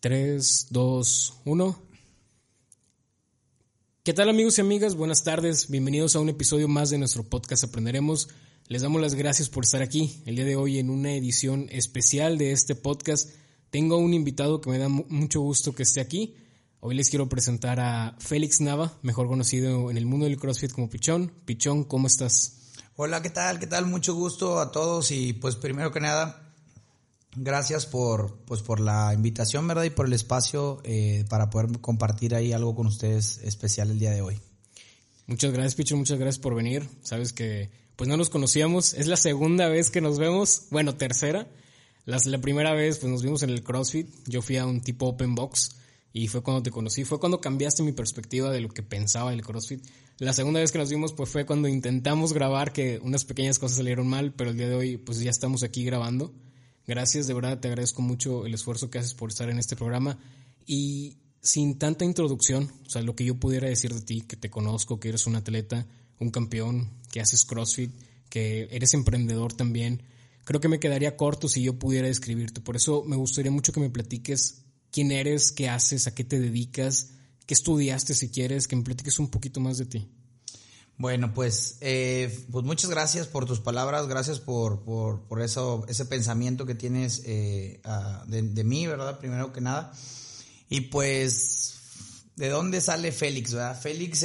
3, 2, 1. ¿Qué tal, amigos y amigas? Buenas tardes, bienvenidos a un episodio más de nuestro podcast Aprenderemos. Les damos las gracias por estar aquí. El día de hoy, en una edición especial de este podcast, tengo a un invitado que me da mucho gusto que esté aquí. Hoy les quiero presentar a Félix Nava, mejor conocido en el mundo del CrossFit como Pichón. Pichón, ¿cómo estás? Hola, ¿qué tal? ¿Qué tal? Mucho gusto a todos y pues primero que nada, gracias por la invitación, ¿verdad? Y por el espacio para poder compartir ahí algo con ustedes especial el día de hoy. Muchas gracias, Pichón, muchas gracias por venir. Sabes que pues no nos conocíamos, es la segunda vez que nos vemos, bueno, tercera. La primera vez pues nos vimos en el CrossFit, yo fui a un tipo open box y fue cuando te conocí, fue cuando cambiaste mi perspectiva de lo que pensaba del CrossFit. La segunda vez que nos vimos pues fue cuando intentamos grabar, que unas pequeñas cosas salieron mal, pero el día de hoy pues ya estamos aquí grabando. Gracias, de verdad te agradezco mucho el esfuerzo que haces por estar en este programa. Y sin tanta introducción, o sea, lo que yo pudiera decir de ti, que te conozco, que eres un atleta, un campeón, que haces CrossFit, que eres emprendedor también, creo que me quedaría corto si yo pudiera describirte. Por eso me gustaría mucho que me platiques quién eres, qué haces, a qué te dedicas, qué estudiaste si quieres, que me platiques un poquito más de ti. Bueno, pues muchas gracias por tus palabras, gracias por eso, ese pensamiento que tienes de mí, ¿verdad? Primero que nada. Y pues, ¿de dónde sale Félix, verdad? Félix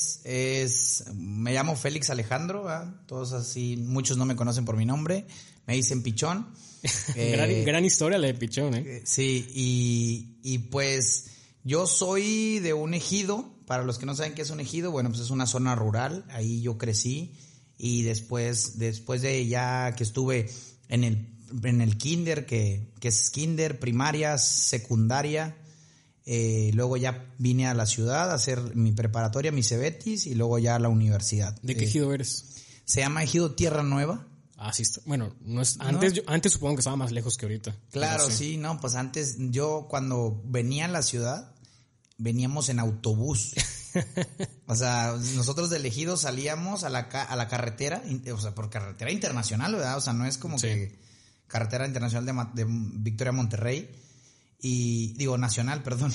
me llamo Félix Alejandro, ¿verdad? Todos así, muchos no me conocen por mi nombre, me dicen Pichón. Gran historia la de Pichón, ¿eh? Sí, y pues yo soy de un ejido. Para los que no saben qué es un ejido, bueno, pues es una zona rural, ahí yo crecí y después de ya que estuve en el kinder, que es kinder, primaria, secundaria, luego ya vine a la ciudad a hacer mi preparatoria, mi Cebetis y luego ya a la universidad. ¿De qué ejido eres? Se llama Ejido Tierra Nueva. Ah, sí está. Bueno, no es antes, antes supongo que estaba más lejos que ahorita. Claro, sí, no, pues antes yo cuando venía a la ciudad veníamos en autobús. O sea, nosotros del ejido salíamos a la carretera, o sea, por carretera internacional, ¿verdad? O sea, no es como que carretera internacional de Victoria a Monterrey, y digo, nacional, perdón.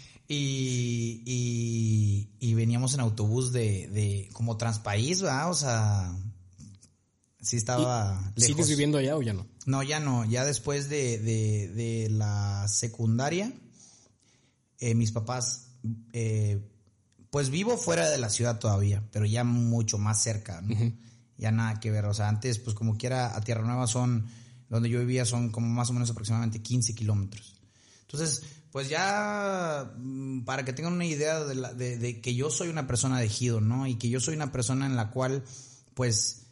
Y veníamos en autobús de como Transpaís, ¿verdad? O sea, sí estaba lejos. ¿Sigues viviendo allá o ya no? No, ya no, ya después de la secundaria, mis papás, pues vivo fuera de la ciudad todavía, pero ya mucho más cerca, ¿no? Uh-huh. Ya nada que ver, o sea, antes pues como quiera a Tierra Nueva donde yo vivía son como más o menos aproximadamente 15 kilómetros. Entonces, pues ya para que tengan una idea de que yo soy una persona de ejido, ¿no? Y que yo soy una persona en la cual pues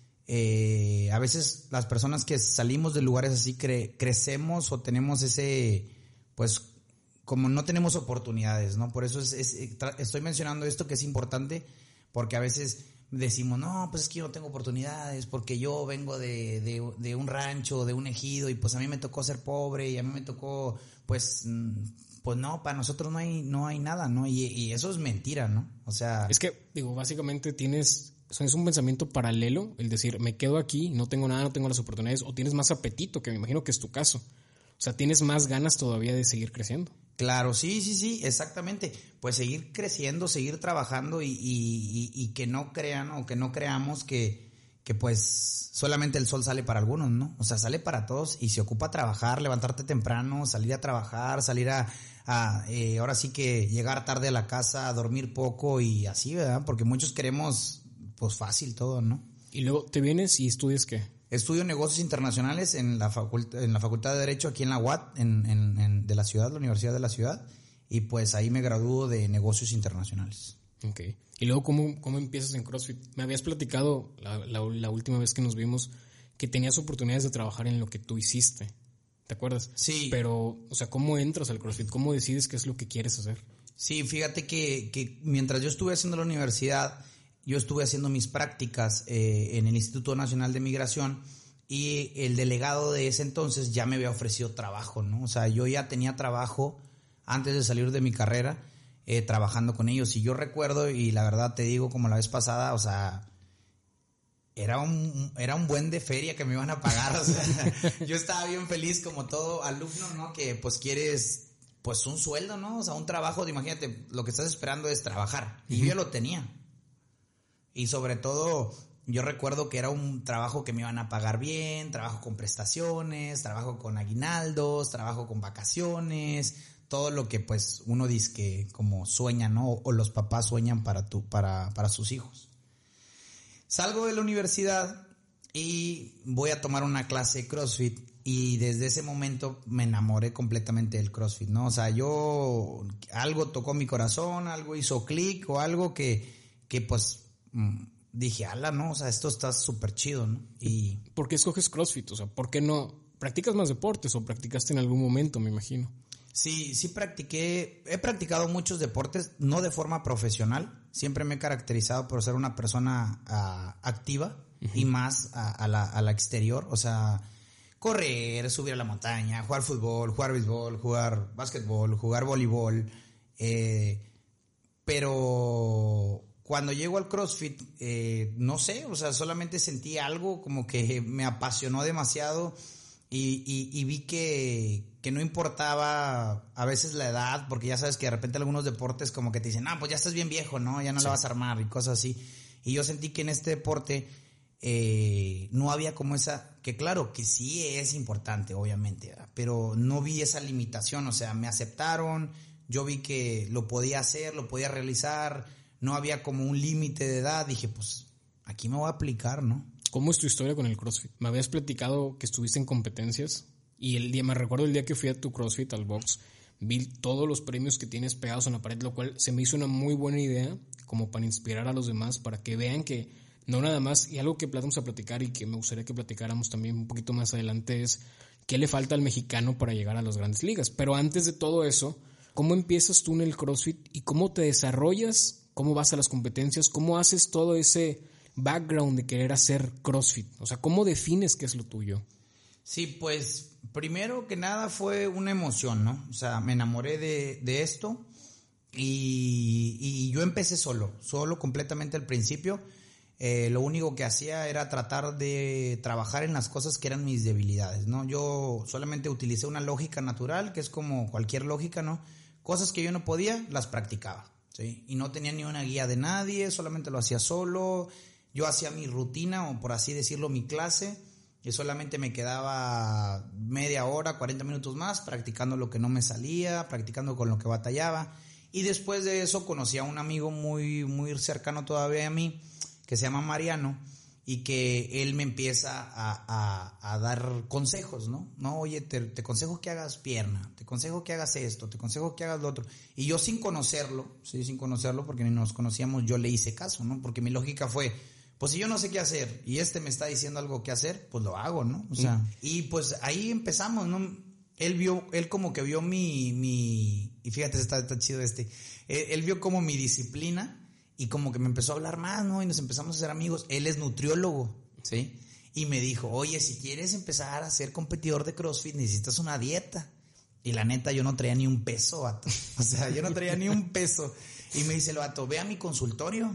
a veces las personas que salimos de lugares así crecemos o tenemos ese pues como no tenemos oportunidades, ¿no? Por eso estoy mencionando esto, que es importante, porque a veces decimos, no, pues es que yo no tengo oportunidades, porque yo vengo de un rancho, de un ejido, y pues a mí me tocó ser pobre, y a mí me tocó, pues no, para nosotros no hay nada, ¿no? Y eso es mentira, ¿no? O sea... Es que, digo, básicamente es un pensamiento paralelo, el decir, me quedo aquí, no tengo nada, no tengo las oportunidades, o tienes más apetito, que me imagino que es tu caso. O sea, tienes más ganas todavía de seguir creciendo. Claro, sí, exactamente. Pues seguir creciendo, seguir trabajando y que no crean o que no creamos que pues solamente el sol sale para algunos, ¿no? O sea, sale para todos y se ocupa trabajar, levantarte temprano, salir a trabajar, salir a ahora sí que llegar tarde a la casa, a dormir poco y así, ¿verdad? Porque muchos queremos pues fácil todo, ¿no? Y luego te vienes y estudias ¿qué? Estudio negocios internacionales en la Facultad de Derecho aquí en la UAT, de la ciudad, la Universidad de la Ciudad, y pues ahí me gradúo de negocios internacionales. Okay. Y luego, ¿cómo empiezas en CrossFit? Me habías platicado la última vez que nos vimos que tenías oportunidades de trabajar en lo que tú hiciste, ¿te acuerdas? Sí. Pero, o sea, ¿cómo entras al CrossFit? ¿Cómo decides qué es lo que quieres hacer? Sí, fíjate que mientras yo estuve haciendo la universidad, yo estuve haciendo mis prácticas en el Instituto Nacional de Migración y el delegado de ese entonces ya me había ofrecido trabajo, ¿no? O sea, yo ya tenía trabajo antes de salir de mi carrera trabajando con ellos. Y yo recuerdo, y la verdad te digo como la vez pasada, o sea, era un buen de feria que me iban a pagar. O sea, yo estaba bien feliz como todo alumno, ¿no? Que pues quieres pues un sueldo, ¿no? O sea, un trabajo, imagínate, lo que estás esperando es trabajar. Y yo ya lo tenía. Y sobre todo, yo recuerdo que era un trabajo que me iban a pagar bien, trabajo con prestaciones, trabajo con aguinaldos, trabajo con vacaciones, todo lo que pues uno dice que como sueña, ¿no? O los papás sueñan para sus hijos. Salgo de la universidad y voy a tomar una clase de CrossFit. Y desde ese momento me enamoré completamente del CrossFit, ¿no? O sea, algo tocó mi corazón, algo hizo clic o algo que pues dije, ala, ¿no? O sea, esto está súper chido, ¿no? Y ¿por qué escoges CrossFit? O sea, ¿por qué no practicas más deportes o practicaste en algún momento, me imagino? Sí he practicado muchos deportes, no de forma profesional, siempre me he caracterizado por ser una persona activa y más a la exterior, o sea, correr, subir a la montaña, jugar fútbol, jugar béisbol, jugar básquetbol, jugar voleibol, pero cuando llego al CrossFit, no sé, o sea, solamente sentí algo como que me apasionó demasiado y vi que no importaba a veces la edad, porque ya sabes que de repente algunos deportes como que te dicen, pues ya estás bien viejo, ¿no? Ya no la vas a armar y cosas así. Y yo sentí que en este deporte no había como esa, que claro, que sí es importante, obviamente, ¿verdad? Pero no vi esa limitación, o sea, me aceptaron, yo vi que lo podía hacer, lo podía realizar, no había como un límite de edad, dije, pues aquí me voy a aplicar, ¿no? ¿Cómo es tu historia con el CrossFit? Me habías platicado que estuviste en competencias y me recuerdo el día que fui a tu CrossFit, al box, vi todos los premios que tienes pegados en la pared, lo cual se me hizo una muy buena idea como para inspirar a los demás, para que vean que no nada más, y algo que vamos a platicar y que me gustaría que platicáramos también un poquito más adelante es qué le falta al mexicano para llegar a las grandes ligas. Pero antes de todo eso, ¿cómo empiezas tú en el CrossFit y cómo te desarrollas? ¿Cómo vas a las competencias? ¿Cómo haces todo ese background de querer hacer CrossFit? O sea, ¿cómo defines qué es lo tuyo? Sí, pues primero que nada fue una emoción, ¿no? O sea, me enamoré de esto y yo empecé solo completamente al principio. Lo único que hacía era tratar de trabajar en las cosas que eran mis debilidades, ¿no? Yo solamente utilicé una lógica natural, que es como cualquier lógica, ¿no? Cosas que yo no podía, las practicaba, ¿sí? Y no tenía ni una guía de nadie, solamente lo hacía solo. Yo hacía mi rutina, o por así decirlo, mi clase, y solamente me quedaba media hora, 40 minutos más, practicando lo que no me salía, practicando con lo que batallaba. Y después de eso conocí a un amigo muy, muy cercano todavía a mí, que se llama Mariano, y que él me empieza a dar consejos, ¿no? No, oye, te aconsejo que hagas pierna, te aconsejo que hagas esto, te aconsejo que hagas lo otro. Y yo sin conocerlo, porque ni nos conocíamos, yo le hice caso, ¿no? Porque mi lógica fue, pues si yo no sé qué hacer y me está diciendo algo que hacer, pues lo hago, ¿no? O sea, y pues ahí empezamos, ¿no? Él como que vio mi y fíjate, está chido él vio como mi disciplina. Y como que me empezó a hablar más, ¿no? Y nos empezamos a hacer amigos. Él es nutriólogo, ¿sí? Y me dijo, oye, si quieres empezar a ser competidor de CrossFit, necesitas una dieta. Y la neta, yo no traía ni un peso, vato. O sea, yo no traía ni un peso. Y me dice el vato, ve a mi consultorio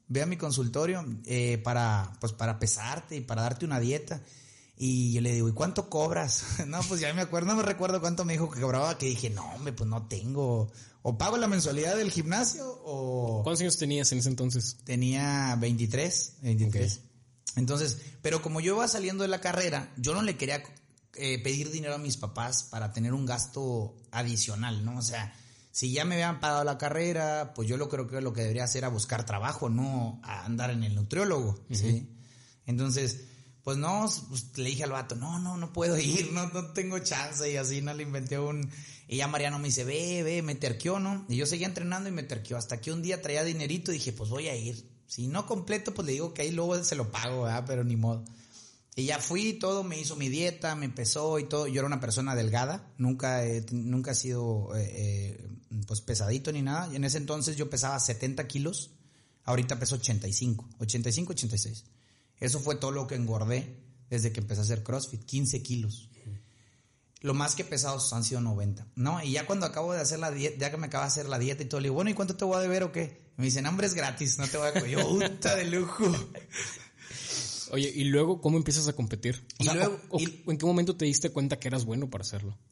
para pesarte y para darte una dieta. Y yo le digo, ¿y cuánto cobras? No, pues ya me acuerdo, no me recuerdo cuánto me dijo que cobraba, que dije, no, hombre, pues no tengo. O pago la mensualidad del gimnasio o... ¿Cuántos años tenías en ese entonces? Tenía 23. Okay. Entonces, pero como yo iba saliendo de la carrera, yo no le quería pedir dinero a mis papás para tener un gasto adicional, ¿no? O sea, si ya me habían pagado la carrera, pues yo creo que lo que debería hacer era buscar trabajo, no a andar en el nutriólogo, ¿sí? Entonces, pues no, pues le dije al vato, no puedo ir, no tengo chance, y así no le inventé y ya Mariano me dice, ve, me terqueó, ¿no? Y yo seguía entrenando y me terqueó, hasta que un día traía dinerito y dije, pues voy a ir. Si no completo, pues le digo que ahí luego se lo pago, ¿verdad? Pero ni modo. Y ya fui y todo, me hizo mi dieta, me empezó y todo. Yo era una persona delgada, nunca he sido pues pesadito ni nada. Y en ese entonces yo pesaba 70 kilos, ahorita peso 85, 86. Eso fue todo lo que engordé desde que empecé a hacer CrossFit, 15 kilos. Lo más que pesados han sido 90, ¿no? Y ya cuando acabo de hacer la dieta, ya que me acabo de hacer la dieta y todo, le digo, bueno, ¿y cuánto te voy a deber o qué? Me dicen, hambre es gratis, no te voy a coger. Yo, puta de lujo. Oye, ¿y luego cómo empiezas a competir? ¿En ¿En qué momento te diste cuenta que eras bueno para hacerlo?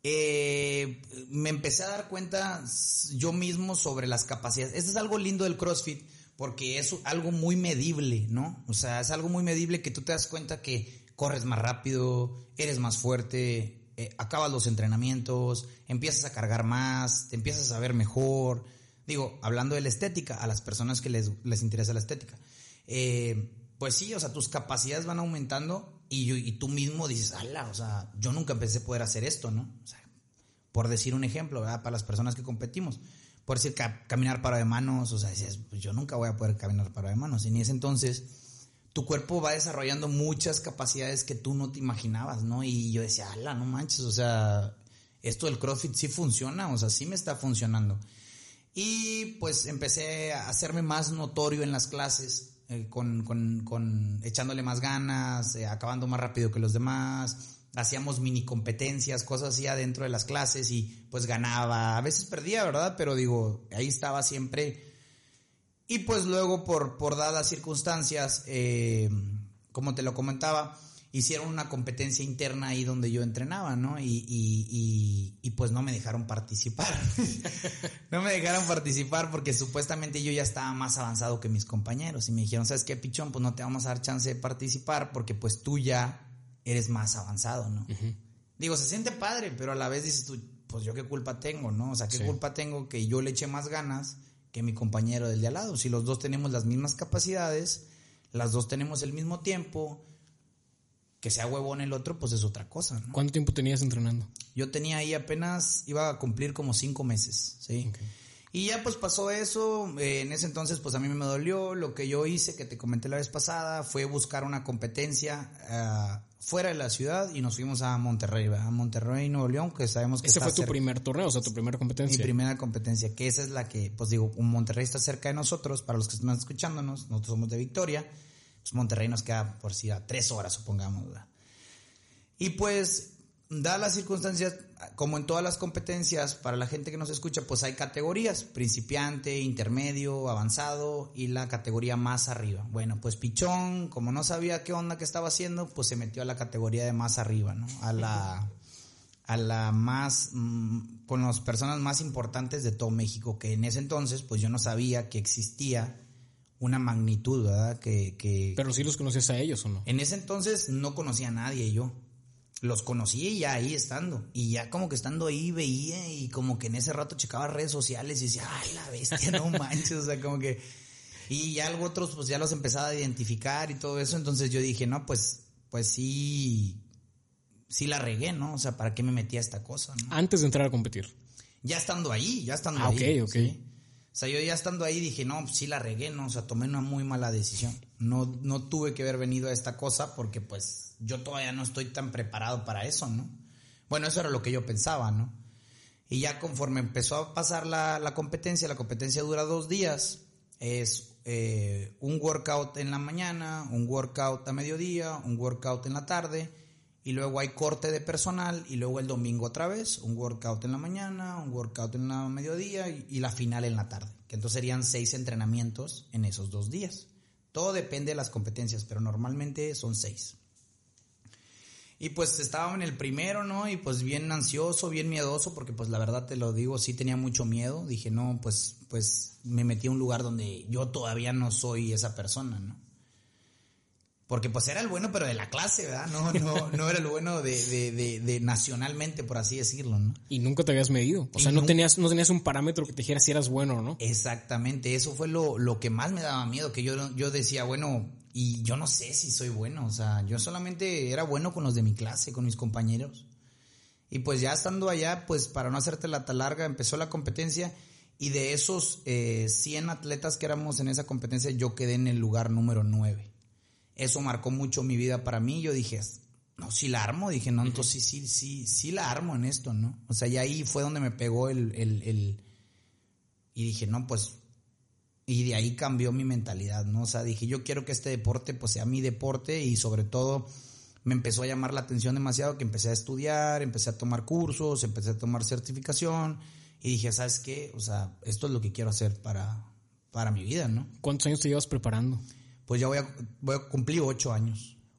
Me empecé a dar cuenta yo mismo sobre las capacidades. Esto es algo lindo del CrossFit, porque es algo muy medible, ¿no? O sea, es algo muy medible que tú te das cuenta que corres más rápido, eres más fuerte, acabas los entrenamientos, empiezas a cargar más, te empiezas a ver mejor. Digo, hablando de la estética, a las personas que les interesa la estética. Pues sí, o sea, tus capacidades van aumentando y tú mismo dices, ala, o sea, yo nunca pensé poder hacer esto, ¿no? O sea, por decir un ejemplo, ¿verdad? Para las personas que competimos. Por decir, caminar paro de manos, o sea, dices, pues yo nunca voy a poder caminar paro de manos. Y en ese entonces, tu cuerpo va desarrollando muchas capacidades que tú no te imaginabas, ¿no? Y yo decía, ala, no manches, o sea, esto del CrossFit sí funciona, o sea, sí me está funcionando. Y pues empecé a hacerme más notorio en las clases, con echándole más ganas, acabando más rápido que los demás. Hacíamos mini competencias, cosas así adentro de las clases y pues ganaba. A veces perdía, ¿verdad? Pero digo, ahí estaba siempre. Y pues luego por dadas circunstancias, como te lo comentaba, hicieron una competencia interna ahí donde yo entrenaba, ¿no? Y pues no me dejaron participar. No me dejaron participar porque supuestamente yo ya estaba más avanzado que mis compañeros. Y me dijeron, ¿sabes qué, pichón? Pues no te vamos a dar chance de participar porque pues tú ya eres más avanzado, ¿no? Uh-huh. Digo, se siente padre, pero a la vez dices tú, pues yo qué culpa tengo, ¿no? O sea, ¿qué culpa tengo que yo le eche más ganas que mi compañero del de al lado? Si los dos tenemos las mismas capacidades, las dos tenemos el mismo tiempo, que sea huevón el otro, pues es otra cosa, ¿no? ¿Cuánto tiempo tenías entrenando? Yo tenía ahí apenas, iba a cumplir como 5 meses, ¿sí? Okay. Y ya pues pasó eso, en ese entonces pues a mí me dolió. Lo que yo hice, que te comenté la vez pasada, fue buscar una competencia fuera de la ciudad y nos fuimos a Monterrey, ¿verdad? A Monterrey, Nuevo León, que sabemos que ¿Ese fue tu primer torneo, o sea, tu primera competencia? Mi primera competencia, que esa es la que, pues digo, Monterrey está cerca de nosotros, para los que están escuchándonos, nosotros somos de Victoria, pues Monterrey nos queda, por si a 3 horas, supongamos, ¿verdad? Y pues, dadas las circunstancias, como en todas las competencias, para la gente que nos escucha, pues hay categorías: principiante, intermedio, avanzado y la categoría más arriba. Bueno, pues Pichón, como no sabía qué onda que estaba haciendo, pues se metió a la categoría de más arriba, ¿no? A la más, con las personas más importantes de todo México, que en ese entonces, pues yo no sabía que existía una magnitud, ¿verdad? Pero sí los conocías a ellos, ¿o no? En ese entonces no conocía a nadie yo. Los conocí ya ahí estando. Y ya como que estando ahí veía y como que en ese rato checaba redes sociales y decía, ¡ay, la bestia, no manches! O sea, como que... Y ya algo otros pues ya los empezaba a identificar y todo eso. Entonces yo dije, no, pues sí la regué, ¿no? O sea, ¿para qué me metí a esta cosa, no? Antes de entrar a competir. Ya estando ahí. Ok. ¿Sí? O sea, yo ya estando ahí dije, no, pues sí la regué, ¿no? O sea, tomé una muy mala decisión. No tuve que haber venido a esta cosa porque pues yo todavía no estoy tan preparado para eso, ¿no? Bueno, eso era lo que yo pensaba, ¿no? Y ya conforme empezó a pasar la competencia dura 2 días. Es un workout en la mañana, un workout a mediodía, un workout en la tarde, y luego hay corte de personal, y luego el domingo otra vez, un workout en la mañana, un workout en la mediodía y la final en la tarde, que entonces serían 6 entrenamientos en esos 2 días. Todo depende de las competencias, pero normalmente son 6. Y pues estaba en el primero, ¿no? Y pues bien ansioso, bien miedoso, porque pues la verdad te lo digo, sí tenía mucho miedo. Dije, no, pues me metí a un lugar donde yo todavía no soy esa persona, ¿no? Porque pues era el bueno, pero de la clase, ¿verdad? No era el bueno de nacionalmente, por así decirlo, ¿no? Y nunca te habías medido. O sea, no tenías un parámetro que te dijera si eras bueno o no. Exactamente, eso fue lo que más me daba miedo, que yo decía, bueno, y yo no sé si soy bueno. O sea, yo solamente era bueno con los de mi clase, con mis compañeros. Y pues ya estando allá, pues para no hacerte la tan larga, empezó la competencia. Y de esos 100 atletas que éramos en esa competencia, yo quedé en el lugar número 9. Eso marcó mucho mi vida para mí. Yo dije, no, sí la armo. Dije, no, entonces sí la armo en esto, ¿no? O sea, y ahí fue donde me pegó y dije, no, pues... Y de ahí cambió mi mentalidad, ¿no? O sea, dije, yo quiero que este deporte, pues, sea mi deporte. Y sobre todo, me empezó a llamar la atención demasiado, que empecé a estudiar, empecé a tomar cursos, empecé a tomar certificación. Y dije, ¿sabes qué? O sea, esto es lo que quiero hacer para mi vida, ¿no? ¿Cuántos años te llevas preparando? Pues ya voy a cumplir 8 años.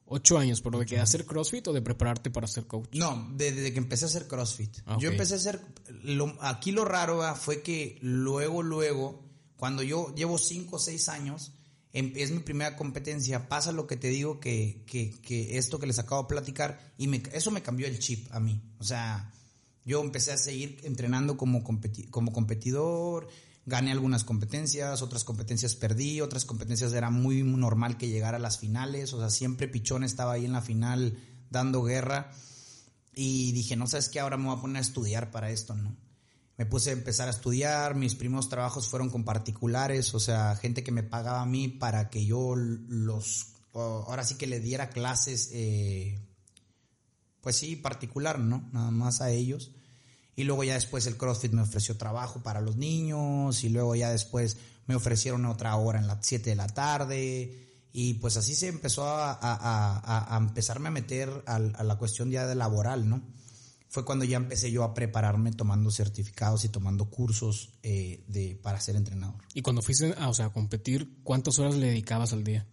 8 años, ¿pero de que hacer CrossFit o de prepararte para ser coach? No, desde que empecé a hacer CrossFit. Okay. Yo empecé a hacer... Aquí lo raro fue que luego, cuando yo llevo 5 o 6 años, es mi primera competencia, pasa lo que te digo, que esto que les acabo de platicar, y eso me cambió el chip a mí. O sea, yo empecé a seguir entrenando como competidor, gané algunas competencias, otras competencias perdí, otras competencias era muy normal que llegara a las finales, o sea, siempre Pichón estaba ahí en la final dando guerra, y dije, no, ¿sabes qué? Ahora me voy a poner a estudiar para esto, ¿no? Me puse a empezar a estudiar, mis primeros trabajos fueron con particulares, o sea, gente que me pagaba a mí para que yo ahora sí que le diera clases, pues sí, particular, ¿no? Nada más a ellos. Y luego ya después el CrossFit me ofreció trabajo para los niños, y luego ya después me ofrecieron otra hora en las 7 de la tarde, y pues así se empezó a empezarme a meter a la cuestión ya de laboral, ¿no? Fue cuando ya empecé yo a prepararme tomando certificados y tomando cursos para ser entrenador. Y cuando fuiste a competir, ¿cuántas horas le dedicabas al día?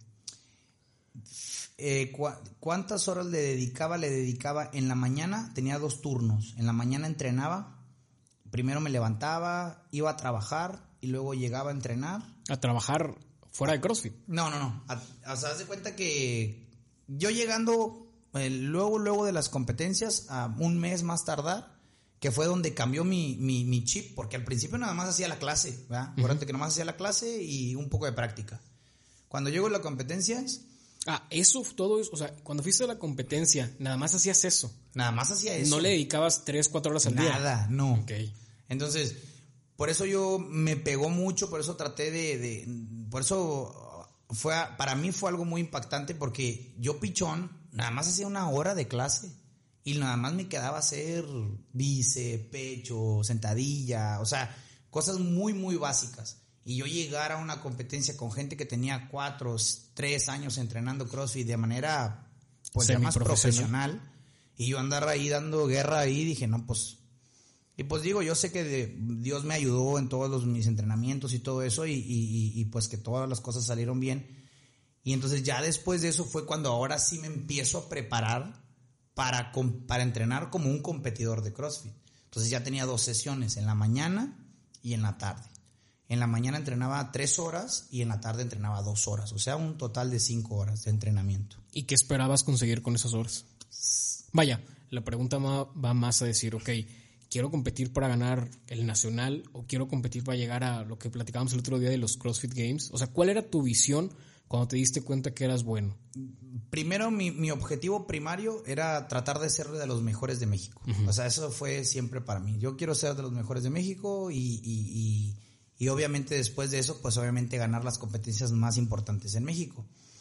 ¿Cuántas horas le dedicaba? Le dedicaba en la mañana, tenía 2 turnos. En la mañana entrenaba, primero me levantaba, iba a trabajar y luego llegaba a entrenar. ¿A trabajar fuera de CrossFit? No. O sea, haz de cuenta que yo llegando luego de las competencias, a un mes más tardar, que fue donde cambió mi chip, porque al principio nada más hacía la clase, ¿verdad? Acuérdate que nada más hacía la clase y un poco de práctica. Cuando llego a las competencias... todo eso, o sea, cuando fuiste a la competencia, nada más hacías eso. Nada más hacía eso. ¿No le dedicabas 3-4 horas al día? Nada, no. Okay. Entonces, por eso yo me pegó mucho, por eso traté por eso para mí fue algo muy impactante, porque yo, Pichón, nada más hacía 1 hora de clase y nada más me quedaba a hacer bíceps, pecho, sentadilla, o sea, cosas muy, muy básicas. Y yo llegar a una competencia con gente que tenía 4, 3 años entrenando CrossFit de manera pues ya más profesional, y yo andar ahí dando guerra ahí, dije, no, pues... Y pues digo, yo sé que Dios me ayudó en todos mis entrenamientos y todo eso, y pues que todas las cosas salieron bien. Y entonces ya después de eso fue cuando ahora sí me empiezo a preparar para entrenar como un competidor de CrossFit. Entonces ya tenía 2 sesiones, en la mañana y en la tarde. En la mañana entrenaba 3 horas y en la tarde entrenaba 2 horas. O sea, un total de 5 horas de entrenamiento. ¿Y qué esperabas conseguir con esas horas? Vaya, la pregunta va más a decir, ok, quiero competir para ganar el nacional o quiero competir para llegar a lo que platicábamos el otro día de los CrossFit Games. O sea, ¿cuál era tu visión cuando te diste cuenta que eras bueno? Primero, mi objetivo primario era tratar de ser de los mejores de México. Uh-huh. O sea, eso fue siempre para mí. Yo quiero ser de los mejores de México y obviamente después de eso, pues obviamente ganar las competencias más importantes en México.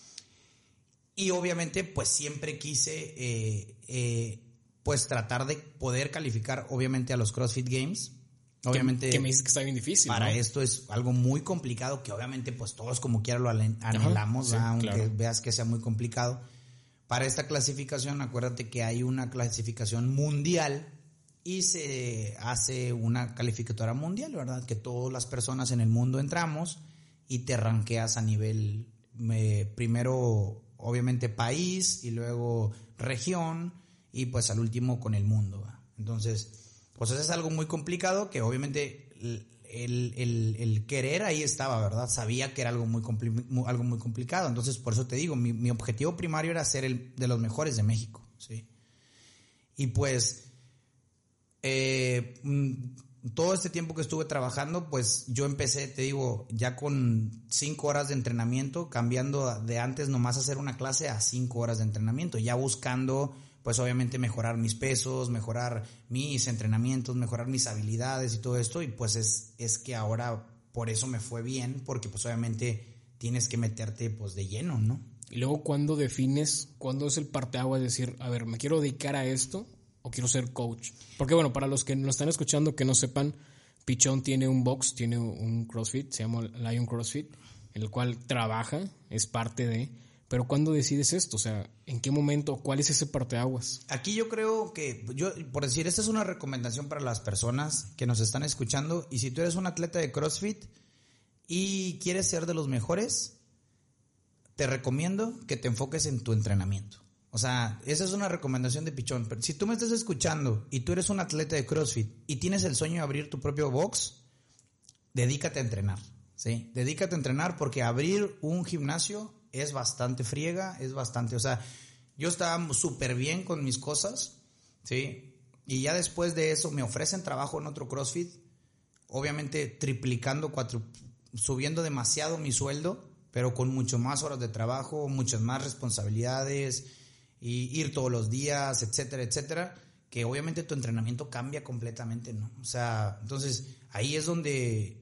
Y obviamente pues siempre quise pues tratar de poder calificar obviamente a los CrossFit Games. Obviamente que me dices que está bien difícil. Para ¿no? Esto es algo muy complicado, que obviamente pues todos como quiera lo anhelamos, sí, aunque claro, veas que sea muy complicado. Para esta clasificación, acuérdate que hay una clasificación mundial y se hace una calificatoria mundial, ¿verdad? Que todas las personas en el mundo entramos y te ranqueas a nivel, primero obviamente país y luego región y pues al último con el mundo, ¿verdad? Entonces, pues eso es algo muy complicado, que obviamente el querer ahí estaba, ¿verdad? Sabía que era algo muy complicado. Entonces, por eso te digo, mi objetivo primario era ser de los mejores de México, ¿sí? Y pues todo este tiempo que estuve trabajando, pues yo empecé, te digo, ya con 5 horas de entrenamiento, cambiando de antes nomás hacer una clase a 5 horas de entrenamiento, ya buscando pues obviamente mejorar mis pesos, mejorar mis entrenamientos, mejorar mis habilidades y todo esto, y pues es que ahora por eso me fue bien, porque pues obviamente tienes que meterte pues de lleno, ¿no? Y luego, ¿cuándo defines, cuándo es el parteaguas de decir, a ver, me quiero dedicar a esto o quiero ser coach? Porque bueno, para los que nos están escuchando que no sepan, Pichón tiene un box, tiene un CrossFit, se llama Lion CrossFit, en el cual trabaja, es parte de... Pero ¿cuándo decides esto? O sea, ¿en qué momento? ¿Cuál es ese parteaguas? Aquí yo creo que, por decir, esta es una recomendación para las personas que nos están escuchando. Y si tú eres un atleta de CrossFit y quieres ser de los mejores, te recomiendo que te enfoques en tu entrenamiento. O sea, esa es una recomendación de pichón. Pero si tú me estás escuchando y tú eres un atleta de CrossFit y tienes el sueño de abrir tu propio box, dedícate a entrenar, ¿sí? Dedícate a entrenar porque abrir un gimnasio es bastante friega, o sea, yo estaba súper bien con mis cosas, ¿sí? Y ya después de eso me ofrecen trabajo en otro CrossFit, obviamente triplicando, subiendo demasiado mi sueldo, pero con mucho más horas de trabajo, muchas más responsabilidades, y ir todos los días, etcétera, etcétera, que obviamente tu entrenamiento cambia completamente, ¿no? O sea, entonces ahí es donde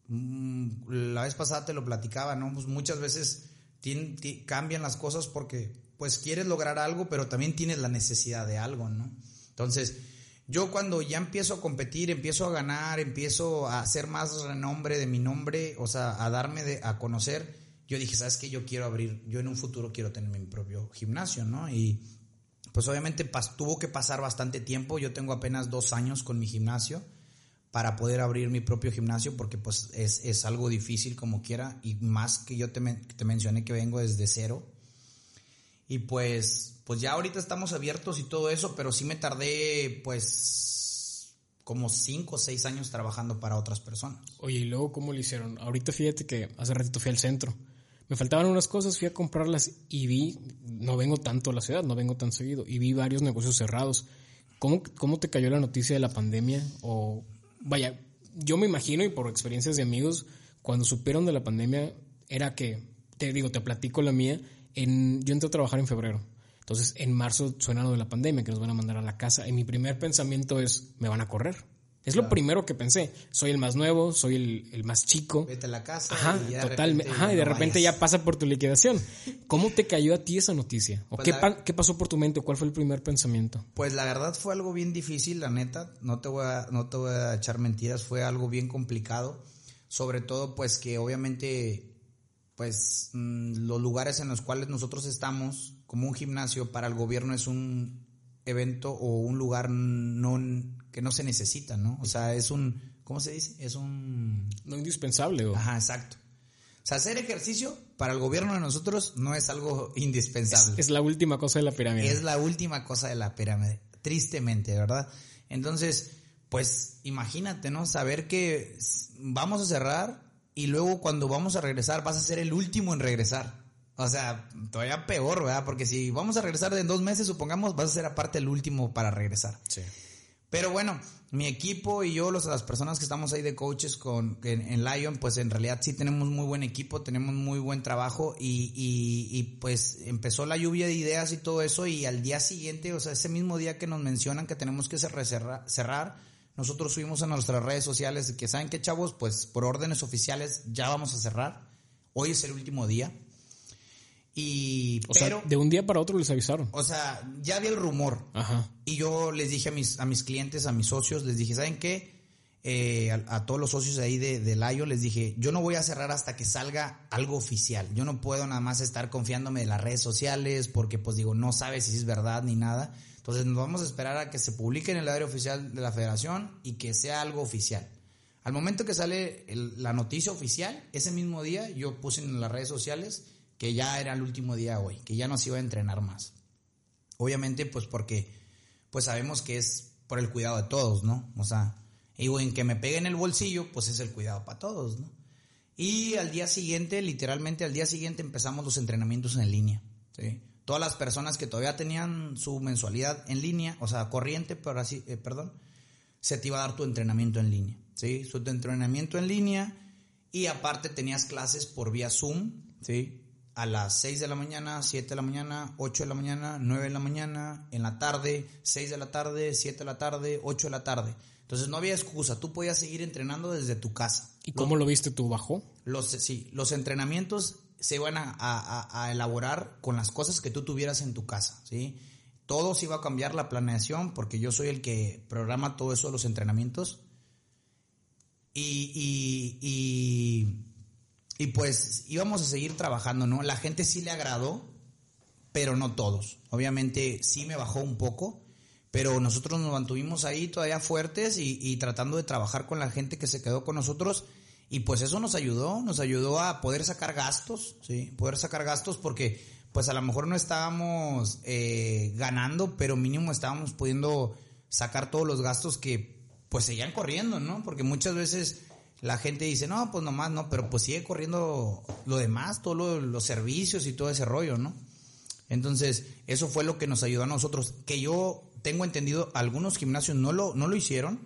la vez pasada te lo platicaba, ¿no? Pues muchas veces cambian las cosas porque pues quieres lograr algo, pero también tienes la necesidad de algo, ¿no? Entonces, yo cuando ya empiezo a competir, empiezo a ganar, empiezo a hacer más renombre de mi nombre, o sea, a darme a conocer, yo dije, ¿sabes qué? Yo en un futuro quiero tener mi propio gimnasio, ¿no? Y pues obviamente tuvo que pasar bastante tiempo. Yo tengo apenas 2 años con mi gimnasio para poder abrir mi propio gimnasio porque pues es algo difícil como quiera, y más que yo te mencioné que vengo desde cero. Y pues ya ahorita estamos abiertos y todo eso, pero sí me tardé pues como 5 o 6 años trabajando para otras personas. Oye, ¿y luego cómo lo hicieron? Ahorita fíjate que hace ratito fui al centro. Me faltaban unas cosas, fui a comprarlas y vi, no vengo tanto a la ciudad, no vengo tan seguido, y vi varios negocios cerrados. ¿Cómo te cayó la noticia de la pandemia? O vaya, yo me imagino, y por experiencias de amigos, cuando supieron de la pandemia, era que, te platico la mía, yo entré a trabajar en febrero. Entonces, en marzo suena lo de la pandemia, que nos van a mandar a la casa, y mi primer pensamiento es, me van a correr. Es claro. Lo primero que pensé. Soy el más nuevo, soy el más chico. Vete a la casa. Ajá, y totalmente. Ajá, y de repente ya pasa por tu liquidación. ¿Cómo te cayó a ti esa noticia? ¿O pues qué pasó por tu mente? ¿Cuál fue el primer pensamiento? Pues la verdad fue algo bien difícil, la neta. No te voy a echar mentiras. Fue algo bien complicado. Sobre todo, pues que obviamente, pues los lugares en los cuales nosotros estamos, como un gimnasio, para el gobierno es un evento o un lugar que no se necesita, ¿no? O sea, es un, ¿cómo se dice? Es un... No indispensable. Ajá, exacto. O sea, hacer ejercicio para el gobierno de nosotros no es algo indispensable. Es la última cosa de la pirámide. Es la última cosa de la pirámide, tristemente, ¿verdad? Entonces, pues imagínate, ¿no? Saber que vamos a cerrar y luego cuando vamos a regresar vas a ser el último en regresar. O sea, todavía peor, ¿verdad? Porque si vamos a regresar en 2 meses, supongamos, vas a ser aparte el último para regresar. Sí. Pero bueno, mi equipo y yo, las personas que estamos ahí de coaches en Lion, pues en realidad sí tenemos muy buen equipo, tenemos muy buen trabajo y pues empezó la lluvia de ideas y todo eso, y al día siguiente, o sea, ese mismo día que nos mencionan que tenemos que cerrar, nosotros subimos a nuestras redes sociales que, ¿saben qué, chavos? Pues por órdenes oficiales ya vamos a cerrar. Hoy es el último día. O sea, de un día para otro les avisaron. O sea, ya había el rumor. Ajá. Y yo les dije a mis clientes, a mis socios, les dije, ¿saben qué? A todos los socios ahí de Lion, les dije, yo no voy a cerrar hasta que salga algo oficial. Yo no puedo nada más estar confiándome de las redes sociales porque, pues digo, no sabes si es verdad ni nada. Entonces nos vamos a esperar a que se publique en el diario oficial de la federación y que sea algo oficial. Al momento que sale la noticia oficial, ese mismo día yo puse en las redes sociales que ya era el último día hoy, que ya no se iba a entrenar más. Obviamente, pues porque pues sabemos que es por el cuidado de todos, ¿no? O sea, digo, en que me pegue en el bolsillo, pues es el cuidado para todos, ¿no? Y al día siguiente, literalmente al día siguiente empezamos los entrenamientos en línea, ¿sí? Todas las personas que todavía tenían su mensualidad en línea, o sea, corriente, pero así, se te iba a dar tu entrenamiento en línea, ¿sí? Tu entrenamiento en línea, y aparte tenías clases por vía Zoom, ¿sí? A las 6 de la mañana, 7 de la mañana, 8 de la mañana, 9 de la mañana, en la tarde, 6 de la tarde, 7 de la tarde, 8 de la tarde. Entonces no había excusa, tú podías seguir entrenando desde tu casa. ¿Y cómo lo viste tú? ¿Bajó? Los entrenamientos se iban a elaborar con las cosas que tú tuvieras en tu casa, ¿sí? Todo se iba a cambiar la planeación porque yo soy el que programa todo eso de los entrenamientos. Y pues íbamos a seguir trabajando, ¿no? La gente sí le agradó, pero no todos. Obviamente sí me bajó un poco, pero nosotros nos mantuvimos ahí todavía fuertes y tratando de trabajar con la gente que se quedó con nosotros. Y pues eso nos ayudó a poder sacar gastos, ¿sí? Poder sacar gastos porque pues a lo mejor no estábamos ganando, pero mínimo estábamos pudiendo sacar todos los gastos que pues seguían corriendo, ¿no? Porque muchas veces la gente dice, no, pues nomás no, pero pues sigue corriendo lo demás, todos los servicios y todo ese rollo, ¿no? Entonces, eso fue lo que nos ayudó a nosotros, que yo tengo entendido, algunos gimnasios no lo hicieron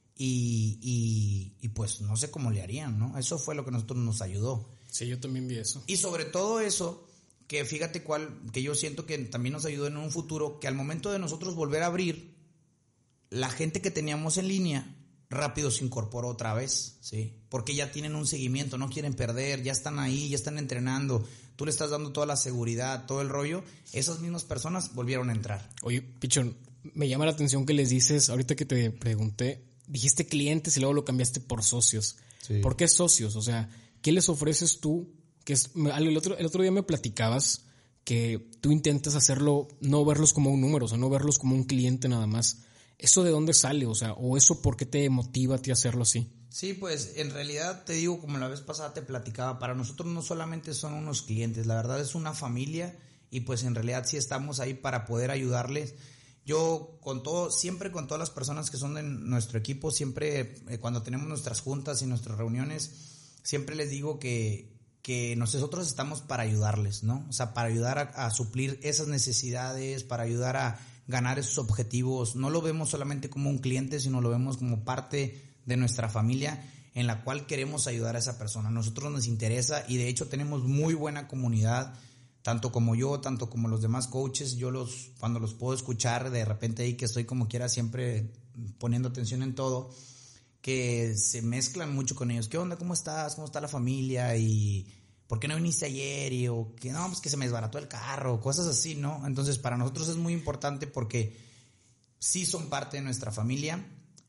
y pues no sé cómo le harían, ¿no? Eso fue lo que a nosotros nos ayudó. Sí, yo también vi eso. Y sobre todo eso, que fíjate que yo siento que también nos ayudó en un futuro, que al momento de nosotros volver a abrir, la gente que teníamos en línea rápido se incorporó otra vez, ¿sí? Porque ya tienen un seguimiento, no quieren perder, ya están ahí, ya están entrenando, tú le estás dando toda la seguridad, todo el rollo, esas mismas personas volvieron a entrar. Oye, Pichón, me llama la atención que les dices, ahorita que te pregunté, dijiste clientes y luego lo cambiaste por socios. Sí. ¿Por qué socios? O sea, ¿qué les ofreces tú? El otro día me platicabas que tú intentas hacerlo, no verlos como un número, o sea, no verlos como un cliente nada más. ¿Eso de dónde sale? O sea, ¿o eso por qué te motiva a ti a hacerlo así? Sí, pues en realidad te digo, como la vez pasada te platicaba, para nosotros no solamente son unos clientes, la verdad es una familia y pues en realidad sí estamos ahí para poder ayudarles. Yo siempre con todas las personas que son de nuestro equipo, siempre cuando tenemos nuestras juntas y nuestras reuniones, siempre les digo que nosotros estamos para ayudarles, ¿no? O sea, para ayudar a suplir esas necesidades, para ayudar a ganar esos objetivos. No lo vemos solamente como un cliente, sino lo vemos como parte de nuestra familia en la cual queremos ayudar a esa persona. A nosotros nos interesa y de hecho tenemos muy buena comunidad, tanto como yo, tanto como los demás coaches. Cuando los puedo escuchar, de repente ahí que estoy como quiera siempre poniendo atención en todo, que se mezclan mucho con ellos. ¿Qué onda? ¿Cómo estás? ¿Cómo está la familia? Y ¿por qué no viniste ayer? O que no, pues que se me desbarató el carro, cosas así, ¿no? Entonces para nosotros es muy importante porque sí son parte de nuestra familia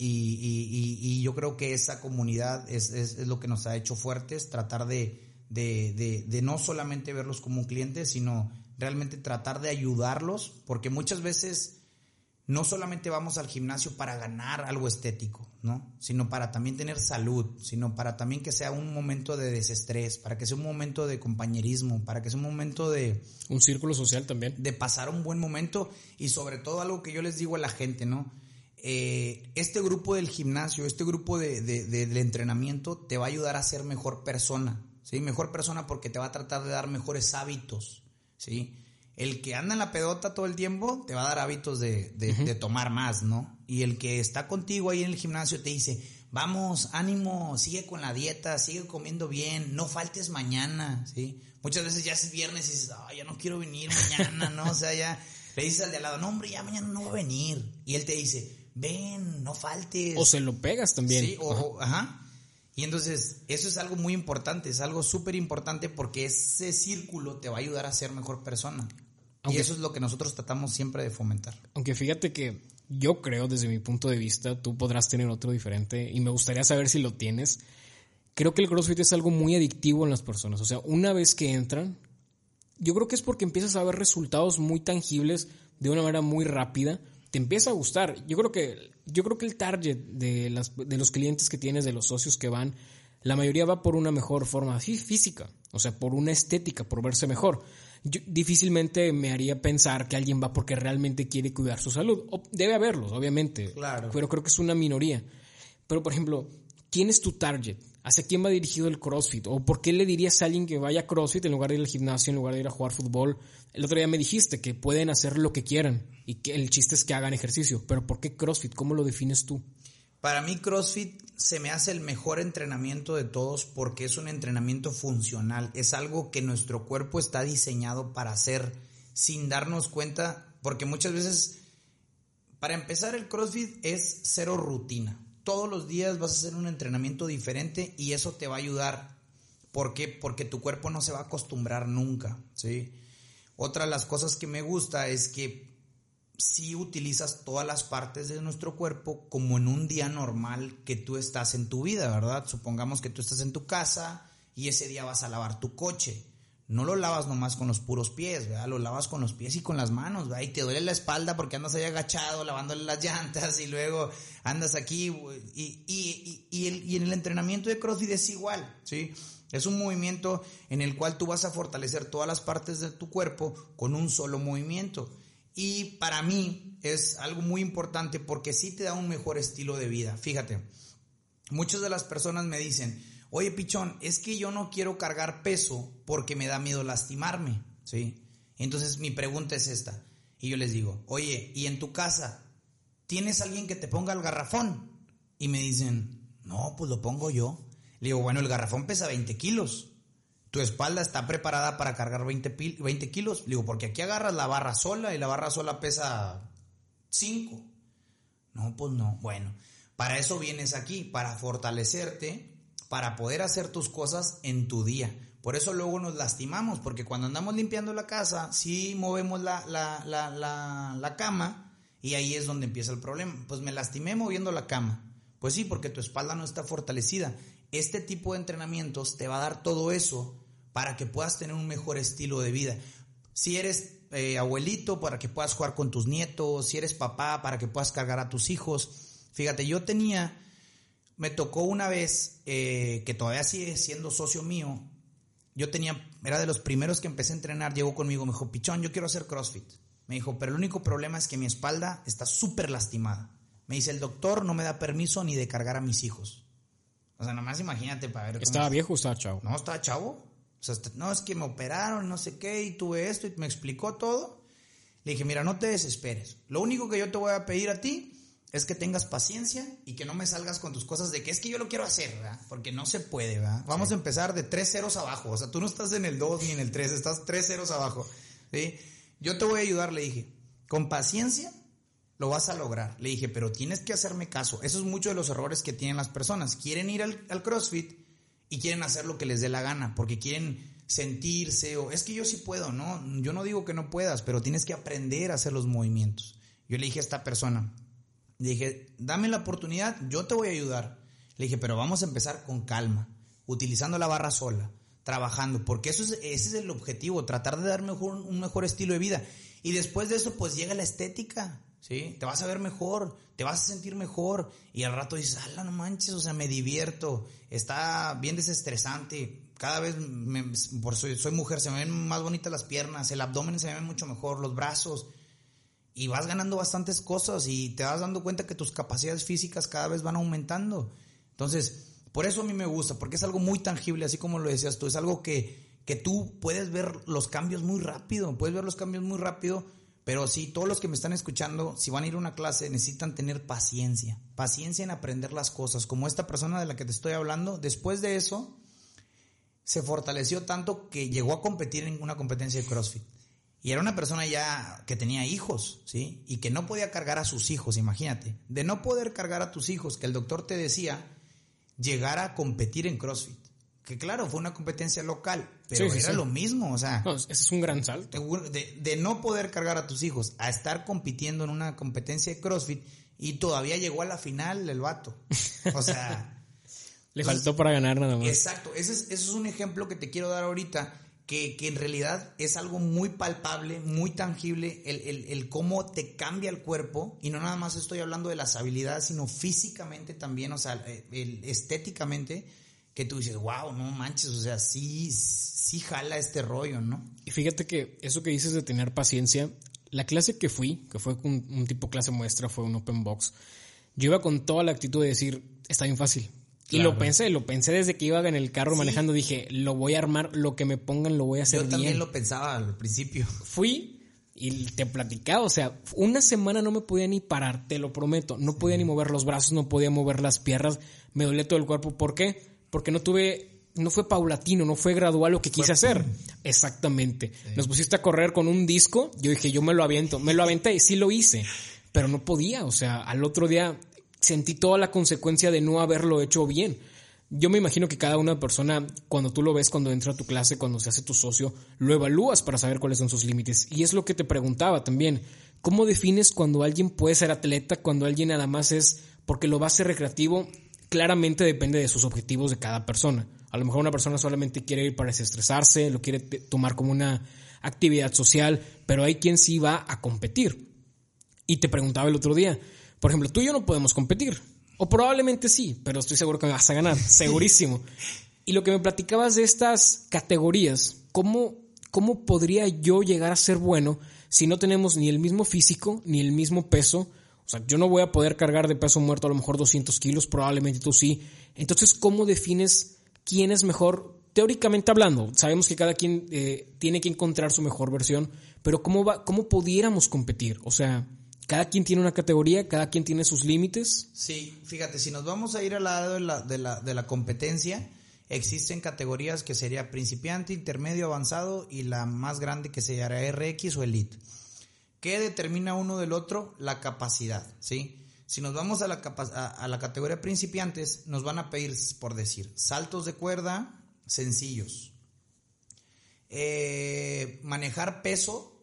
y yo creo que esa comunidad es lo que nos ha hecho fuertes, tratar de no solamente verlos como un cliente, sino realmente tratar de ayudarlos, porque muchas veces no solamente vamos al gimnasio para ganar algo estético, ¿no? Sino para también tener salud, sino para también que sea un momento de desestrés, para que sea un momento de compañerismo, para que sea un momento de... Un círculo social también. De pasar un buen momento y sobre todo algo que yo les digo a la gente, ¿no? Este grupo del gimnasio, este grupo del entrenamiento te va a ayudar a ser mejor persona, ¿sí? Mejor persona porque te va a tratar de dar mejores hábitos, ¿sí? El que anda en la pedota todo el tiempo te va a dar hábitos de tomar más, ¿no? Y el que está contigo ahí en el gimnasio te dice, vamos, ánimo, sigue con la dieta, sigue comiendo bien, no faltes mañana, ¿sí? Muchas veces ya es viernes y dices, ya no quiero venir mañana, ¿no? O sea, ya le dices al de al lado, no, hombre, ya mañana no voy a venir. Y él te dice, ven, no faltes. O se lo pegas también. Sí, ajá. Y entonces, eso es algo muy importante, es algo súper importante porque ese círculo te va a ayudar a ser mejor persona. Y eso es lo que nosotros tratamos siempre de fomentar. Aunque fíjate que yo creo, desde mi punto de vista, tú podrás tener otro diferente y me gustaría saber si lo tienes. Creo que el CrossFit es algo muy adictivo en las personas. O sea, una vez que entran, yo creo que es porque empiezas a ver resultados muy tangibles de una manera muy rápida. Te empieza a gustar. Yo creo que el target de los clientes que tienes, de los socios que van, la mayoría va por una mejor forma física. O sea, por una estética, por verse mejor. Yo difícilmente me haría pensar que alguien va porque realmente quiere cuidar su salud. Debe haberlos, obviamente. Claro. Pero creo que es una minoría. Pero, por ejemplo, ¿quién es tu target? ¿Hacia quién va dirigido el CrossFit? ¿O por qué le dirías a alguien que vaya a CrossFit en lugar de ir al gimnasio, en lugar de ir a jugar fútbol? El otro día me dijiste que pueden hacer lo que quieran y que el chiste es que hagan ejercicio. Pero ¿por qué CrossFit? ¿Cómo lo defines tú? Para mí CrossFit se me hace el mejor entrenamiento de todos porque es un entrenamiento funcional. Es algo que nuestro cuerpo está diseñado para hacer sin darnos cuenta, porque muchas veces, para empezar, el CrossFit es cero rutina. Todos los días vas a hacer un entrenamiento diferente y eso te va a ayudar. ¿Por qué? Porque tu cuerpo no se va a acostumbrar nunca, ¿sí? Otra de las cosas que me gusta es que si utilizas todas las partes de nuestro cuerpo como en un día normal que tú estás en tu vida, ¿verdad? Supongamos que tú estás en tu casa y ese día vas a lavar tu coche. no lo lavas nomás con los puros pies, ¿verdad? Lo lavas con los pies y con las manos, ¿verdad? Y te duele la espalda porque andas ahí agachado lavándole las llantas y luego andas aquí y en el entrenamiento de CrossFit es igual, ¿sí? Es un movimiento en el cual tú vas a fortalecer todas las partes de tu cuerpo con un solo movimiento. Y para mí es algo muy importante porque sí te da un mejor estilo de vida. Fíjate, muchas de las personas me dicen, oye, Pichón, es que yo no quiero cargar peso porque me da miedo lastimarme, ¿sí? Entonces mi pregunta es esta, y yo les digo, oye, ¿y en tu casa tienes alguien que te ponga el garrafón? Y me dicen, no, pues lo pongo yo. Le digo, bueno, el garrafón pesa 20 kilos, tu espalda está preparada para cargar 20 kilos. Le digo, porque aquí agarras la barra sola y la barra sola pesa 5. No, pues no, bueno, para eso vienes aquí, para fortalecerte, para poder hacer tus cosas en tu día. Por eso luego nos lastimamos, porque cuando andamos limpiando la casa, sí movemos la cama y ahí es donde empieza el problema. Pues me lastimé moviendo la cama. Pues sí, porque tu espalda no está fortalecida. Este tipo de entrenamientos te va a dar todo eso para que puedas tener un mejor estilo de vida. Si eres abuelito, para que puedas jugar con tus nietos. Si eres papá, para que puedas cargar a tus hijos. Fíjate, me tocó una vez, que todavía sigue siendo socio mío, era de los primeros que empecé a entrenar, llegó conmigo, me dijo, Pichón, yo quiero hacer CrossFit. Me dijo, pero el único problema es que mi espalda está súper lastimada. Me dice, el doctor no me da permiso ni de cargar a mis hijos. O sea, nomás imagínate para ver. ¿Estaba viejo o estaba chavo? No, estaba chavo. O sea, no, es que me operaron, no sé qué, y tuve esto, y me explicó todo. Le dije, mira, no te desesperes. Lo único que yo te voy a pedir a ti es que tengas paciencia y que no me salgas con tus cosas de que es que yo lo quiero hacer, ¿verdad? Porque no se puede, ¿verdad? Vamos a empezar de 3 ceros abajo. O sea, tú no estás en el 2 ni en el 3, estás 3 ceros abajo, ¿sí? Yo te voy a ayudar, le dije. Con paciencia lo vas a lograr. Le dije, pero tienes que hacerme caso. Eso es mucho de los errores que tienen las personas. Quieren ir al CrossFit y quieren hacer lo que les dé la gana, porque quieren sentirse, o es que yo sí puedo, ¿no? Yo no digo que no puedas, pero tienes que aprender a hacer los movimientos. Yo le dije a esta persona, le dije, dame la oportunidad, yo te voy a ayudar. Le dije, pero vamos a empezar con calma, utilizando la barra sola, trabajando, porque ese es el objetivo, tratar de dar un mejor estilo de vida. Y después de eso, pues llega la estética, ¿sí? Te vas a ver mejor, te vas a sentir mejor, y al rato dices, ala, no manches, o sea, me divierto, está bien desestresante, cada vez, por soy mujer, se me ven más bonitas las piernas, el abdomen se me ve mucho mejor, los brazos, y vas ganando bastantes cosas, y te vas dando cuenta que tus capacidades físicas cada vez van aumentando. Entonces, por eso a mí me gusta, porque es algo muy tangible, así como lo decías tú, es algo que tú puedes ver los cambios muy rápido, pero sí, todos los que me están escuchando, si van a ir a una clase, necesitan tener paciencia en aprender las cosas, como esta persona de la que te estoy hablando. Después de eso, se fortaleció tanto que llegó a competir en una competencia de CrossFit, y era una persona ya que tenía hijos, ¿sí? Y que no podía cargar a sus hijos, imagínate, de no poder cargar a tus hijos, que el doctor te decía, llegar a competir en CrossFit. Que claro, fue una competencia local, pero era lo mismo, o sea... No, ese es un gran salto. De no poder cargar a tus hijos a estar compitiendo en una competencia de CrossFit, y todavía llegó a la final el vato. O sea... Le faltó para ganar nada más. Exacto, ese es un ejemplo que te quiero dar ahorita, que en realidad es algo muy palpable, muy tangible, el cómo te cambia el cuerpo, y no nada más estoy hablando de las habilidades, sino físicamente también, o sea, estéticamente, que tú dices, wow, no manches, o sea, sí jala este rollo, ¿no? Y fíjate que eso que dices de tener paciencia, la clase que fue un tipo clase muestra, fue un open box, yo iba con toda la actitud de decir, está bien fácil. Claro. Y lo pensé desde que iba en el carro manejando, dije, lo voy a armar, lo que me pongan lo voy a hacer bien. Yo también lo pensaba al principio. Fui y te platicaba, o sea, una semana no me podía ni parar, te lo prometo, no podía ni mover los brazos, no podía mover las piernas, me dolía todo el cuerpo. ¿Por qué? Porque no fue paulatino, no fue gradual lo que quise hacer. Exactamente. Sí. Nos pusiste a correr con un disco, yo dije, yo me lo aventé y sí lo hice, pero no podía, o sea, al otro día sentí toda la consecuencia de no haberlo hecho bien. Yo me imagino que cada una persona, cuando tú lo ves, cuando entra a tu clase, cuando se hace tu socio, lo evalúas para saber cuáles son sus límites. Y es lo que te preguntaba también. ¿Cómo defines cuando alguien puede ser atleta, cuando alguien nada más es porque lo va a hacer recreativo? Claramente depende de sus objetivos de cada persona. A lo mejor una persona solamente quiere ir para desestresarse, lo quiere tomar como una actividad social, pero hay quien sí va a competir. Y te preguntaba el otro día, por ejemplo, tú y yo no podemos competir, o probablemente sí, pero estoy seguro que me vas a ganar, segurísimo. Y lo que me platicabas de estas categorías, ¿cómo podría yo llegar a ser bueno si no tenemos ni el mismo físico, ni el mismo peso? O sea, yo no voy a poder cargar de peso muerto a lo mejor 200 kilos, probablemente tú sí. Entonces, ¿cómo defines quién es mejor? Teóricamente hablando, sabemos que cada quien tiene que encontrar su mejor versión, pero ¿cómo pudiéramos competir? O sea, cada quien tiene una categoría, cada quien tiene sus límites. Sí, fíjate, si nos vamos a ir al lado de la competencia, existen categorías que sería principiante, intermedio, avanzado y la más grande que sería RX o Elite. ¿Qué determina uno del otro? La capacidad, ¿sí? Si nos vamos a la categoría principiantes, nos van a pedir, por decir, saltos de cuerda sencillos. Manejar peso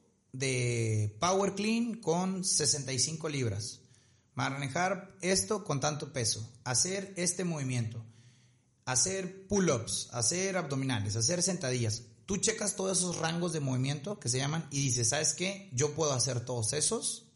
de power clean con 65 libras. Manejar esto con tanto peso. Hacer este movimiento. Hacer pull-ups, hacer abdominales, hacer sentadillas. Tú checas todos esos rangos de movimiento que se llaman y dices, ¿sabes qué? Yo puedo hacer todos esos,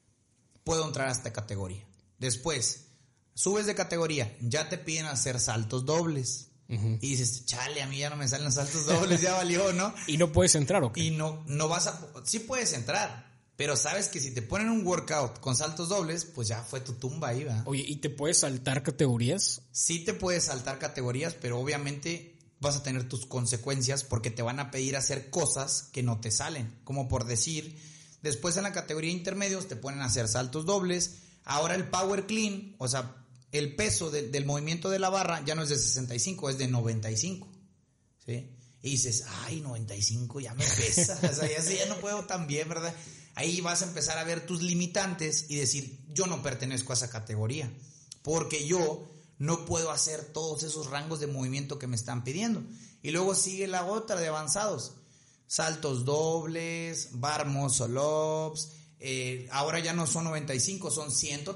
puedo entrar a esta categoría. Después, subes de categoría, ya te piden hacer saltos dobles. Uh-huh. Y dices, chale, a mí ya no me salen los saltos dobles, ya valió, ¿no? ¿Y no puedes entrar o qué? Y no vas a... Sí puedes entrar, pero sabes que si te ponen un workout con saltos dobles, pues ya fue tu tumba ahí, ¿verdad? Oye, ¿y te puedes saltar categorías? Sí te puedes saltar categorías, pero obviamente vas a tener tus consecuencias porque te van a pedir hacer cosas que no te salen. Como por decir, después en la categoría intermedios te ponen a hacer saltos dobles. Ahora el power clean, o sea, el peso del movimiento de la barra ya no es de 65, es de 95. ¿Sí? Y dices, ay, 95 ya me pesa. O sea, ya no puedo tan bien, ¿verdad? Ahí vas a empezar a ver tus limitantes y decir, yo no pertenezco a esa categoría. Porque yo no puedo hacer todos esos rangos de movimiento que me están pidiendo. Y luego sigue la otra de avanzados. Saltos dobles, bar muscle ups. Ahora ya no son 95, son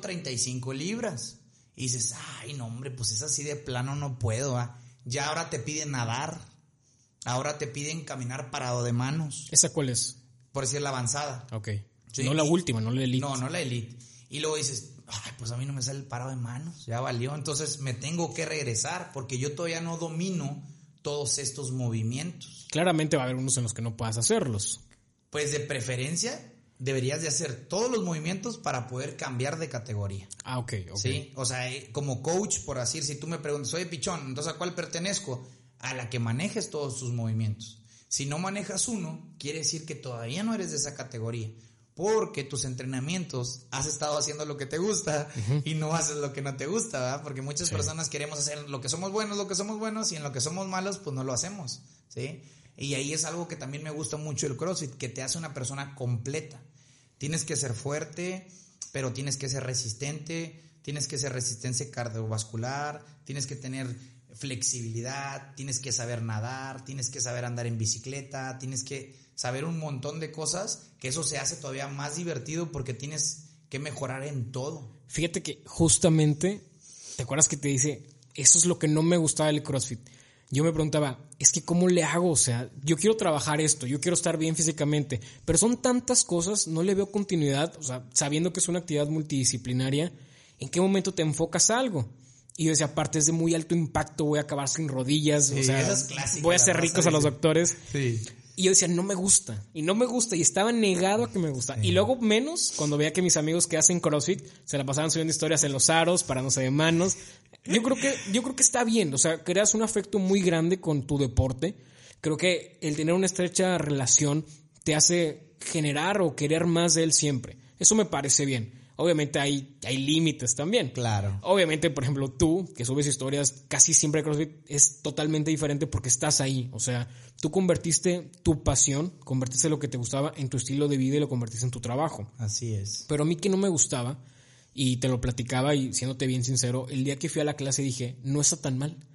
135 libras. Y dices, ay, no, hombre, pues es así de plano, no puedo. ¿Ah? Ya ahora te piden nadar. Ahora te piden caminar parado de manos. ¿Esa cuál es? Por decir la avanzada. Ok. ¿Sí? No la última, no la elite. No la elite. Y luego dices, ay, pues a mí no me sale el parado de manos, ya valió, entonces me tengo que regresar porque yo todavía no domino todos estos movimientos. Claramente va a haber unos en los que no puedas hacerlos. Pues de preferencia deberías de hacer todos los movimientos para poder cambiar de categoría. Ah, ok. Sí, o sea, como coach, por así decir, si tú me preguntas, oye, pichón, entonces ¿a cuál pertenezco? A la que manejes todos tus movimientos. Si no manejas uno, quiere decir que todavía no eres de esa categoría. Porque tus entrenamientos has estado haciendo lo que te gusta y no haces lo que no te gusta, ¿verdad? Porque muchas personas queremos hacer lo que somos buenos y en lo que somos malos pues no lo hacemos, ¿sí? Y ahí es algo que también me gusta mucho el CrossFit, que te hace una persona completa. Tienes que ser fuerte, pero tienes que ser resistente, tienes que ser resistencia cardiovascular, tienes que tener flexibilidad, tienes que saber nadar, tienes que saber andar en bicicleta, tienes que saber un montón de cosas, que eso se hace todavía más divertido porque tienes que mejorar en todo. Fíjate que justamente, ¿te acuerdas que te dice, eso es lo que no me gustaba del CrossFit? Yo me preguntaba, es que ¿cómo le hago? O sea, yo quiero trabajar esto, yo quiero estar bien físicamente, pero son tantas cosas, no le veo continuidad, o sea, sabiendo que es una actividad multidisciplinaria, ¿en qué momento te enfocas a algo? Y yo decía, aparte es de muy alto impacto, voy a acabar sin rodillas, sí, o sea, voy a hacer ricos a los doctores. Sí. Y yo decía, no me gusta, y estaba negado a que me gusta. Sí. Y luego menos cuando veía que mis amigos que hacen CrossFit se la pasaban subiendo historias en los aros, parándose de manos. Yo creo que está bien, o sea, creas un afecto muy grande con tu deporte. Creo que el tener una estrecha relación te hace generar o querer más de él siempre. Eso me parece bien. Obviamente hay límites también. Claro. Obviamente, por ejemplo, tú, que subes historias, casi siempre CrossFit es totalmente diferente porque estás ahí. O sea, tú convertiste tu pasión, convertiste lo que te gustaba en tu estilo de vida y lo convertiste en tu trabajo. Así es. Pero a mí que no me gustaba, y te lo platicaba y siéndote bien sincero, el día que fui a la clase dije, no está tan mal.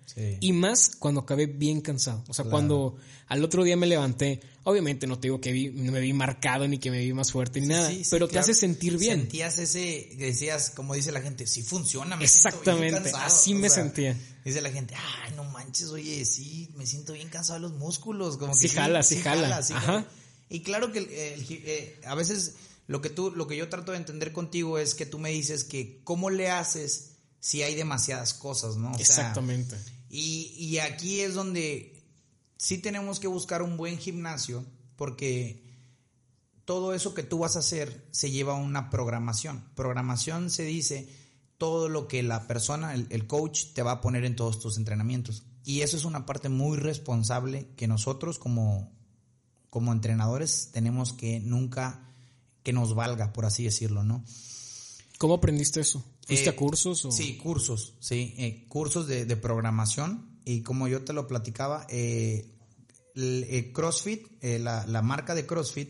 Sí. Y más cuando acabé bien cansado. O sea, Claro. cuando al otro día me levanté, obviamente no te digo que me vi marcado ni que me vi más fuerte ni nada, Sí, sí, pero te claro. hace sentir bien. Sentías decías, como dice la gente, sí funciona, me siento bien Exactamente, cansado. así me sentía. Dice la gente, ay, no manches, oye, sí, me siento bien cansado de los músculos. Como que Sí jala. Ajá. Y claro que a veces lo que yo trato de entender contigo es que tú me dices que cómo le haces si hay demasiadas cosas, ¿no? O sea, Exactamente. y aquí es donde sí tenemos que buscar un buen gimnasio, porque todo eso que tú vas a hacer se lleva a una programación. Programación se dice todo lo que la persona, el coach, te va a poner en todos tus entrenamientos. Y eso es una parte muy responsable que nosotros como entrenadores tenemos que nunca que nos valga, por así decirlo, ¿no? ¿Cómo aprendiste eso? ¿Fuiste a cursos? O? Sí, cursos, cursos de programación. Y como yo te lo platicaba, el CrossFit, la marca de CrossFit,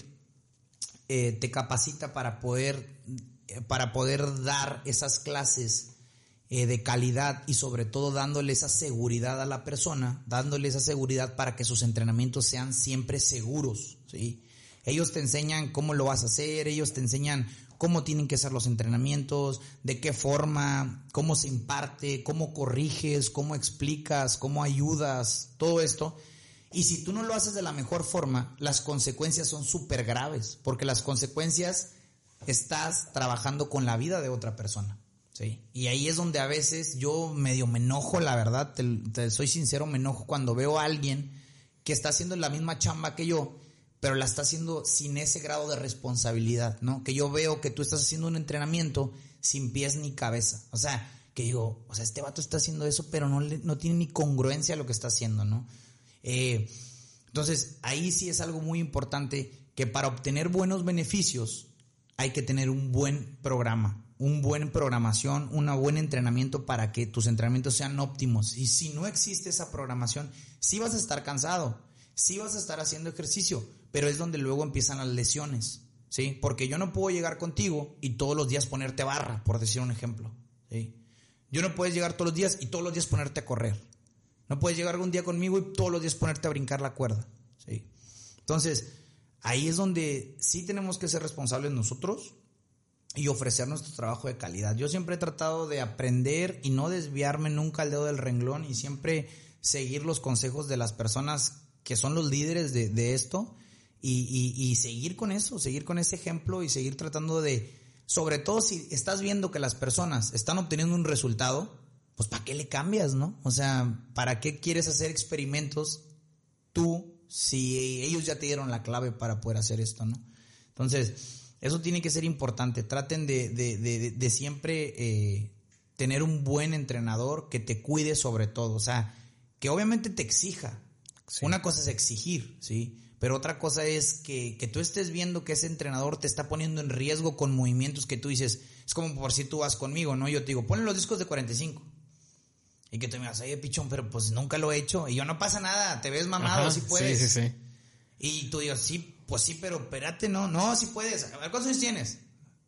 te capacita para poder dar esas clases de calidad y sobre todo dándole esa seguridad a la persona, dándole esa seguridad para que sus entrenamientos sean siempre seguros, ¿sí? Ellos te enseñan cómo lo vas a hacer, ellos te enseñan cómo tienen que ser los entrenamientos, de qué forma, cómo se imparte, cómo corriges, cómo explicas, cómo ayudas, todo esto. Y si tú no lo haces de la mejor forma, las consecuencias son súper graves, porque las consecuencias estás trabajando con la vida de otra persona, ¿sí? Y ahí es donde a veces yo medio me enojo, la verdad, te soy sincero, me enojo cuando veo a alguien que está haciendo la misma chamba que yo, pero la está haciendo sin ese grado de responsabilidad, ¿no? Que yo veo que tú estás haciendo un entrenamiento sin pies ni cabeza. O sea, que digo, o sea, este vato está haciendo eso, pero no tiene ni congruencia a lo que está haciendo, ¿no? Entonces, ahí sí es algo muy importante, que para obtener buenos beneficios hay que tener un buen programa, una buena programación, un buen entrenamiento para que tus entrenamientos sean óptimos. Y si no existe esa programación, sí vas a estar cansado, sí vas a estar haciendo ejercicio, pero es donde luego empiezan las lesiones, ¿sí? Porque yo no puedo llegar contigo y todos los días ponerte barra, por decir un ejemplo, ¿sí? Yo no puedes llegar todos los días y todos los días ponerte a correr. No puedes llegar un día conmigo y todos los días ponerte a brincar la cuerda, ¿sí? Entonces, ahí es donde sí tenemos que ser responsables nosotros y ofrecer nuestro trabajo de calidad. Yo siempre he tratado de aprender y no desviarme nunca al dedo del renglón y siempre seguir los consejos de las personas que son los líderes de esto y seguir con eso, seguir con ese ejemplo y seguir tratando de, sobre todo si estás viendo que las personas están obteniendo un resultado, pues ¿para qué le cambias, no? O sea, ¿para qué quieres hacer experimentos tú si ellos ya te dieron la clave para poder hacer esto, no? Entonces, eso tiene que ser importante. Traten de siempre tener un buen entrenador que te cuide sobre todo. O sea, que obviamente te exija. Sí. Una cosa es exigir, ¿sí? Pero otra cosa es que tú estés viendo que ese entrenador te está poniendo en riesgo con movimientos que tú dices, es como por si tú vas conmigo, ¿no? Yo te digo, ponle los discos de 45. Y que tú me digas, oye, pichón, pero pues nunca lo he hecho. Y yo, no pasa nada, te ves mamado, sí puedes. Sí, sí, sí. Y tú digas, sí, pues sí, pero espérate, no, sí puedes. A ver, ¿cuántos años tienes?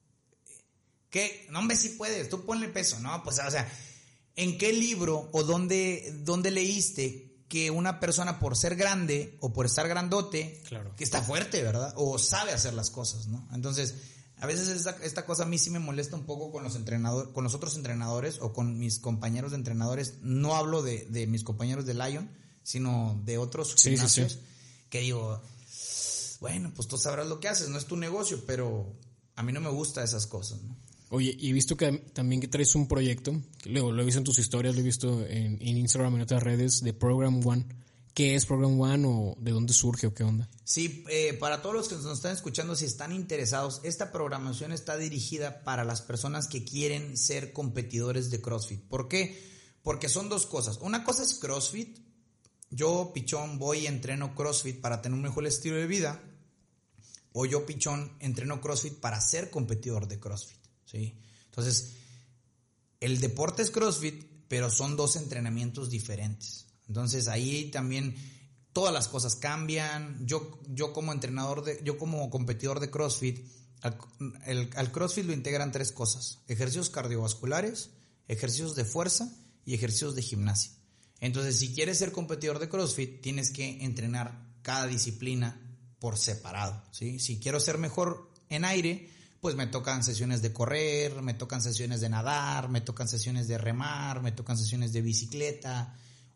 ¿Qué? No, hombre, sí puedes, tú ponle peso. No, pues, o sea, ¿en qué libro o dónde leíste que una persona por ser grande o por estar grandote, claro, que está fuerte, ¿verdad? O sabe hacer las cosas, ¿no? Entonces, a veces esta cosa a mí sí me molesta un poco con los otros entrenadores o con mis compañeros de entrenadores. No hablo de mis compañeros de Lion, sino de otros gimnasios, sí. Que digo, bueno, pues tú sabrás lo que haces, no es tu negocio, pero a mí no me gustan esas cosas, ¿no? Oye, y he visto que también que traes un proyecto, que luego lo he visto en tus historias, lo he visto en Instagram, en otras redes, de Program One. ¿Qué es Program One o de dónde surge o qué onda? Sí, para todos los que nos están escuchando, si están interesados, esta programación está dirigida para las personas que quieren ser competidores de CrossFit. ¿Por qué? Porque son dos cosas. Una cosa es CrossFit. Yo, pichón, voy y entreno CrossFit para tener un mejor estilo de vida. O yo, pichón, entreno CrossFit para ser competidor de CrossFit, ¿sí? Entonces, el deporte es CrossFit, pero son dos entrenamientos diferentes. Entonces ahí también todas las cosas cambian. Yo como entrenador, yo como competidor de CrossFit, al CrossFit lo integran tres cosas: ejercicios cardiovasculares, ejercicios de fuerza y ejercicios de gimnasia. Entonces, si quieres ser competidor de CrossFit, tienes que entrenar cada disciplina por separado, ¿sí? Si quiero ser mejor en aire, pues me tocan sesiones de correr, me tocan sesiones de nadar, me tocan sesiones de remar, me tocan sesiones de bicicleta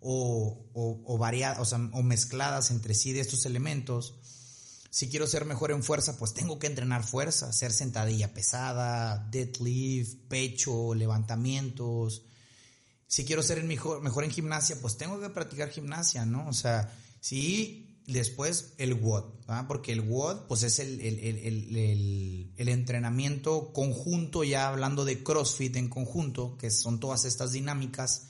o variadas, o sea, o mezcladas entre sí de estos elementos. Si quiero ser mejor en fuerza, pues tengo que entrenar fuerza, hacer sentadilla pesada, deadlift, pecho, levantamientos. Si quiero ser mejor en gimnasia, pues tengo que practicar gimnasia, ¿no? O sea, sí, después el WOD, ¿verdad? Porque el WOD, pues es el entrenamiento conjunto, ya hablando de CrossFit en conjunto, que son todas estas dinámicas.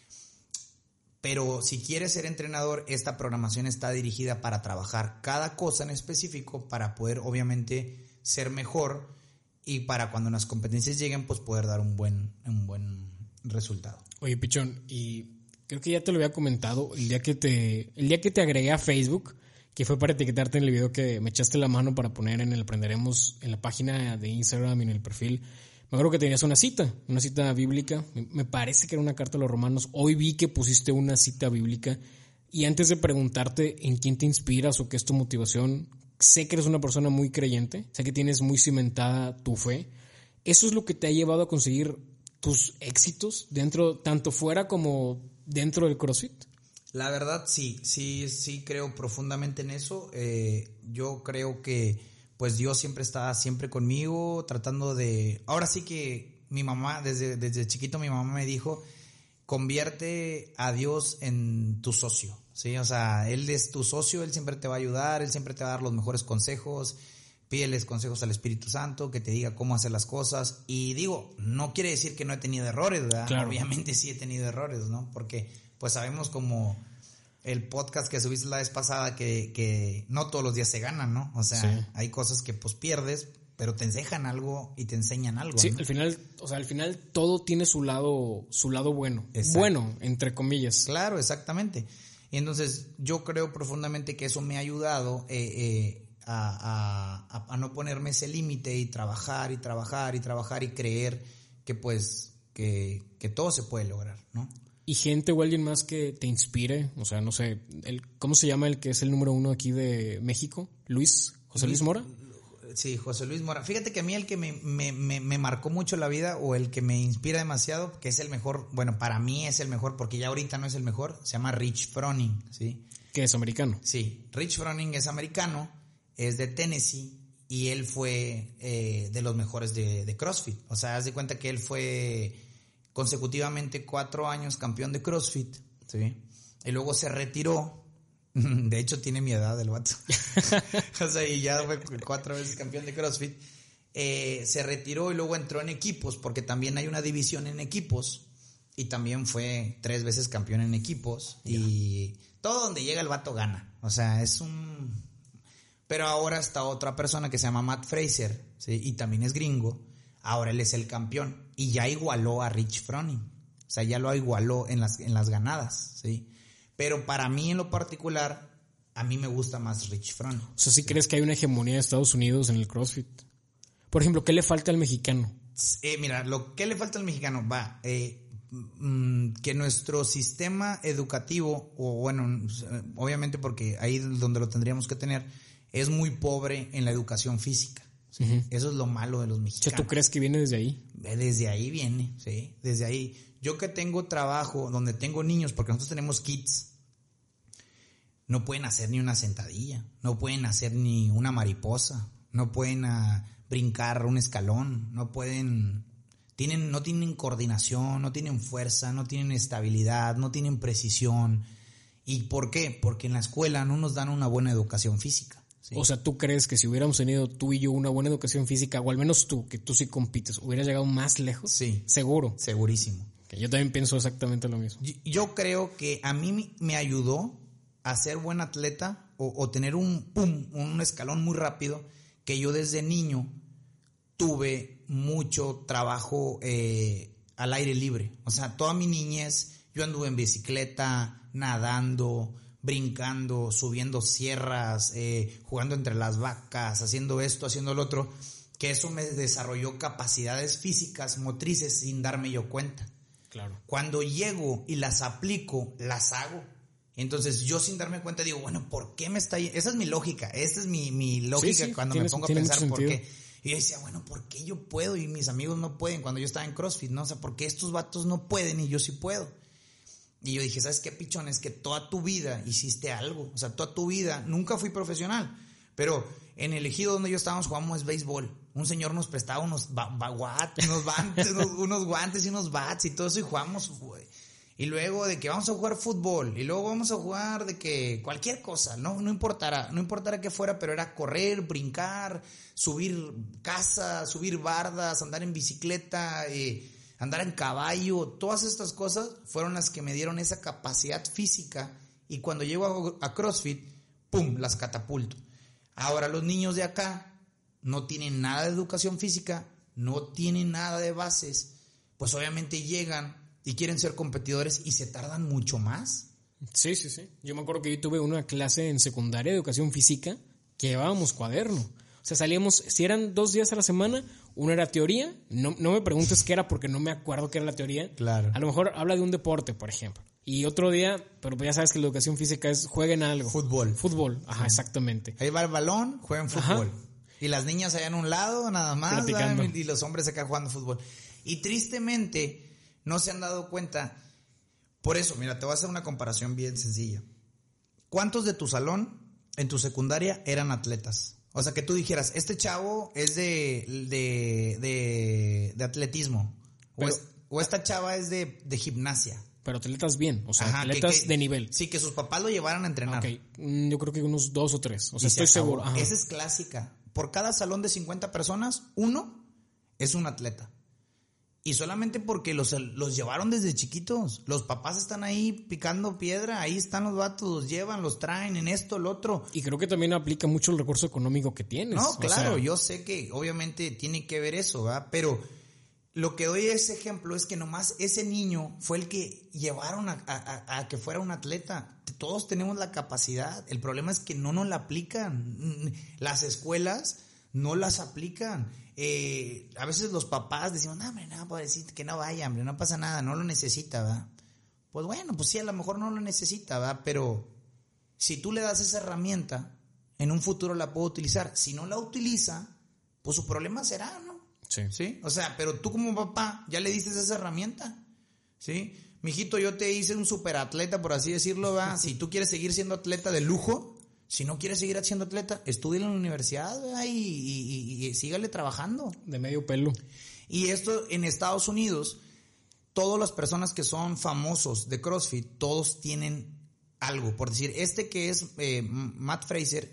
Pero si quieres ser entrenador, esta programación está dirigida para trabajar cada cosa en específico para poder, obviamente, ser mejor y para cuando las competencias lleguen, pues poder dar un buen resultado. Oye, Pichón, y creo que ya te lo había comentado el día que te agregué a Facebook, que fue para etiquetarte en el video que me echaste la mano para poner en el Aprenderemos en la página de Instagram y en el perfil. Me acuerdo que tenías una cita bíblica, me parece que era una carta a los romanos. Hoy vi que pusiste una cita bíblica y antes de preguntarte en quién te inspiras o qué es tu motivación, sé que eres una persona muy creyente, sé que tienes muy cimentada tu fe. ¿Eso es lo que te ha llevado a conseguir tus éxitos dentro, tanto fuera como dentro del CrossFit? La verdad sí creo profundamente en eso. Yo creo que pues Dios siempre está conmigo, tratando de... Ahora sí que mi mamá, desde chiquito mi mamá me dijo, convierte a Dios en tu socio, ¿sí? O sea, Él es tu socio, Él siempre te va a ayudar, Él siempre te va a dar los mejores consejos. Pídeles consejos al Espíritu Santo, que te diga cómo hacer las cosas. Y digo, no quiere decir que no he tenido errores, ¿verdad? Claro. Obviamente sí he tenido errores, ¿no? Porque pues sabemos como el podcast que subiste la vez pasada que no todos los días se ganan, ¿no? O sea, sí, hay cosas que pues pierdes, pero te enseñan algo y te enseñan algo, sí, ¿no? al final todo tiene su lado bueno. Exacto. Bueno, entre comillas. Claro, exactamente. Y entonces yo creo profundamente que eso me ha ayudado a no ponerme ese límite y trabajar y creer que pues que todo se puede lograr, ¿no? Y gente o alguien más que te inspire, o sea, no sé, ¿cómo se llama el que es el número 1 aquí de México? ¿José Luis Mora? Sí, José Luis Mora. Fíjate que a mí el que me marcó mucho la vida o el que me inspira demasiado, que es el mejor, bueno, para mí es el mejor porque ya ahorita no es el mejor, se llama Rich Froning, ¿sí? ¿Que es americano? Sí, Rich Froning es americano, es de Tennessee y él fue de los mejores de CrossFit. O sea, haz de cuenta que él fue consecutivamente 4 años campeón de CrossFit, ¿sí? Y luego se retiró. De hecho, tiene mi edad el vato. O sea, y ya fue 4 veces campeón de CrossFit. Se retiró y luego entró en equipos, porque también hay una división en equipos. Y también fue 3 veces campeón en equipos. Yeah. Y todo donde llega el vato gana. O sea, es un... Pero ahora está otra persona que se llama Matt Fraser, ¿sí? Y también es gringo. Ahora él es el campeón. Y ya igualó a Rich Froning. O sea, ya lo igualó en las ganadas, ¿sí? Pero para mí en lo particular, a mí me gusta más Rich Froning. O sea, ¿sí crees que hay una hegemonía de Estados Unidos en el CrossFit? Por ejemplo, ¿qué le falta al mexicano? Mira, ¿qué le falta al mexicano? Que nuestro sistema educativo, o bueno, obviamente porque ahí donde lo tendríamos que tener, es muy pobre en la educación física. ¿Sí? Uh-huh. Eso es lo malo de los mexicanos. O sea, ¿tú crees que viene desde ahí? Desde ahí viene, sí, desde ahí. Yo que tengo trabajo donde tengo niños, porque nosotros tenemos kids, no pueden hacer ni una sentadilla, no pueden hacer ni una mariposa, no pueden brincar un escalón, no tienen coordinación, no tienen fuerza, no tienen estabilidad, no tienen precisión. ¿Y por qué? Porque en la escuela no nos dan una buena educación física. ¿Sí? O sea, ¿tú crees que si hubiéramos tenido tú y yo una buena educación física, o al menos tú, que tú sí compites, hubieras llegado más lejos? Sí. ¿Seguro? Segurísimo. Que yo también pienso exactamente lo mismo. Yo creo que a mí me ayudó a ser buen atleta o tener un escalón muy rápido, que yo desde niño tuve mucho trabajo al aire libre. O sea, toda mi niñez yo anduve en bicicleta, nadando, brincando, subiendo sierras, jugando entre las vacas, haciendo esto, haciendo lo otro, que eso me desarrolló capacidades físicas, motrices, sin darme yo cuenta. Claro. Cuando llego y las aplico, las hago. Entonces yo sin darme cuenta digo, bueno, ¿por qué me está yendo? Esa es mi lógica, esta es mi lógica cuando me pongo a pensar por qué. Y yo decía, bueno, ¿por qué yo puedo y mis amigos no pueden? Cuando yo estaba en CrossFit, ¿no? O sea, ¿por qué estos vatos no pueden y yo sí puedo? Y yo dije, ¿sabes qué, pichón? Es que toda tu vida hiciste algo. O sea, toda tu vida, nunca fui profesional, pero en el ejido donde yo estábamos jugamos béisbol. Un señor nos prestaba unos guantes y unos bats y todo eso y jugamos, güey. Y luego de que vamos a jugar fútbol y luego vamos a jugar de que cualquier cosa, no importara qué fuera, pero era correr, brincar, subir casa, subir bardas, andar en bicicleta, andar en caballo. Todas estas cosas fueron las que me dieron esa capacidad física y cuando llego a CrossFit, ¡pum!, las catapulto. Ahora los niños de acá no tienen nada de educación física, no tienen nada de bases, pues obviamente llegan y quieren ser competidores y se tardan mucho más. Sí. Yo me acuerdo que yo tuve una clase en secundaria de educación física que llevábamos cuaderno. O sea, salíamos, si eran 2 días a la semana, uno era teoría. No me preguntes qué era porque no me acuerdo qué era la teoría. Claro. A lo mejor habla de un deporte, por ejemplo. Y otro día, pero ya sabes que la educación física es jueguen algo. Fútbol. Ajá, exactamente. Ahí va el balón, juegan fútbol. Ajá. Y las niñas allá en un lado, nada más. Platicando. Y los hombres acá jugando fútbol. Y tristemente no se han dado cuenta. Por eso, mira, te voy a hacer una comparación bien sencilla. ¿Cuántos de tu salón en tu secundaria eran atletas? O sea, que tú dijeras, este chavo es de atletismo. Pero, o esta chava es de gimnasia. Pero atletas bien, o sea, atletas de nivel. Sí, que sus papás lo llevaran a entrenar. Ok, yo creo que unos 2 o 3. O sea, estoy seguro. Ajá. Esa es clásica. Por cada salón de 50 personas, uno es un atleta. Y solamente porque los llevaron desde chiquitos. Los papás están ahí picando piedra, ahí están los vatos, los llevan, los traen en esto, lo otro. Y creo que también aplica mucho el recurso económico que tienes. No, claro, yo sé que obviamente tiene que ver eso, ¿verdad? Pero lo que doy ese ejemplo es que nomás ese niño fue el que llevaron a que fuera un atleta. Todos tenemos la capacidad, el problema es que no nos la aplican. Las escuelas no las aplican. A veces los papás decimos, no, hombre, no, pobrecito, que no vaya, hombre, no pasa nada, no lo necesita, ¿verdad? Pues bueno, pues sí, a lo mejor no lo necesita, ¿verdad? Pero si tú le das esa herramienta, en un futuro la puede utilizar. Si no la utiliza, pues su problema será, ¿no? Sí. O sea, pero tú como papá ya le diste esa herramienta, ¿sí? Mijito, yo te hice un superatleta, por así decirlo, ¿verdad? Si tú quieres seguir siendo atleta de lujo, si no quieres seguir siendo atleta, estudia en la universidad, ¿verdad? Y sígale trabajando. De medio pelo. Y esto en Estados Unidos, todas las personas que son famosos de CrossFit, todos tienen algo. Por decir, que es Matt Fraser,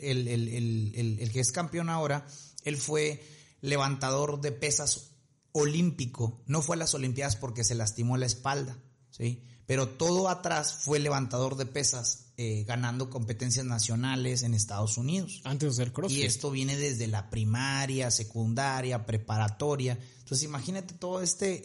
el que es campeón ahora, él fue levantador de pesas olímpico. No fue a las Olimpiadas porque se lastimó la espalda, ¿sí? Pero todo atrás fue levantador de pesas, ganando competencias nacionales en Estados Unidos. Antes de ser CrossFit. Y esto viene desde la primaria, secundaria, preparatoria. Entonces imagínate todo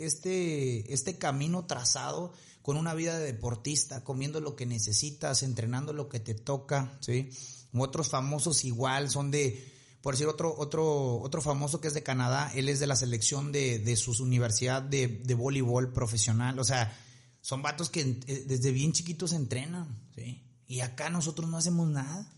este camino trazado con una vida de deportista, comiendo lo que necesitas, entrenando lo que te toca, ¿sí? Otros famosos igual son por decir otro famoso que es de Canadá, él es de la selección de su universidad de voleibol profesional. O sea, son vatos que desde bien chiquitos entrenan, ¿sí? Y acá nosotros no hacemos nada.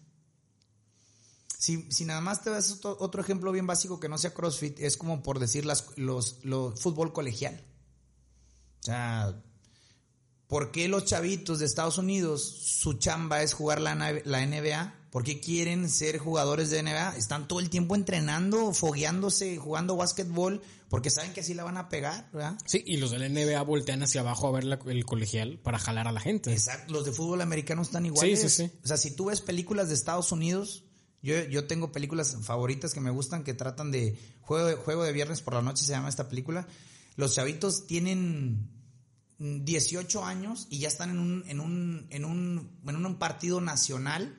Si nada más te das otro ejemplo bien básico que no sea CrossFit, es como por decir los fútbol colegial. O sea, ¿por qué los chavitos de Estados Unidos su chamba es jugar la NBA? ¿Por qué quieren ser jugadores de NBA? Están todo el tiempo entrenando, fogueándose, jugando básquetbol, porque saben que así la van a pegar, ¿verdad? Sí, y los del NBA voltean hacia abajo a ver el colegial para jalar a la gente. Exacto, los de fútbol americano están iguales. Sí. O sea, si tú ves películas de Estados Unidos, yo tengo películas favoritas que me gustan que tratan de juego de viernes por la noche, se llama esta película. Los chavitos tienen 18 años y ya están en un partido nacional,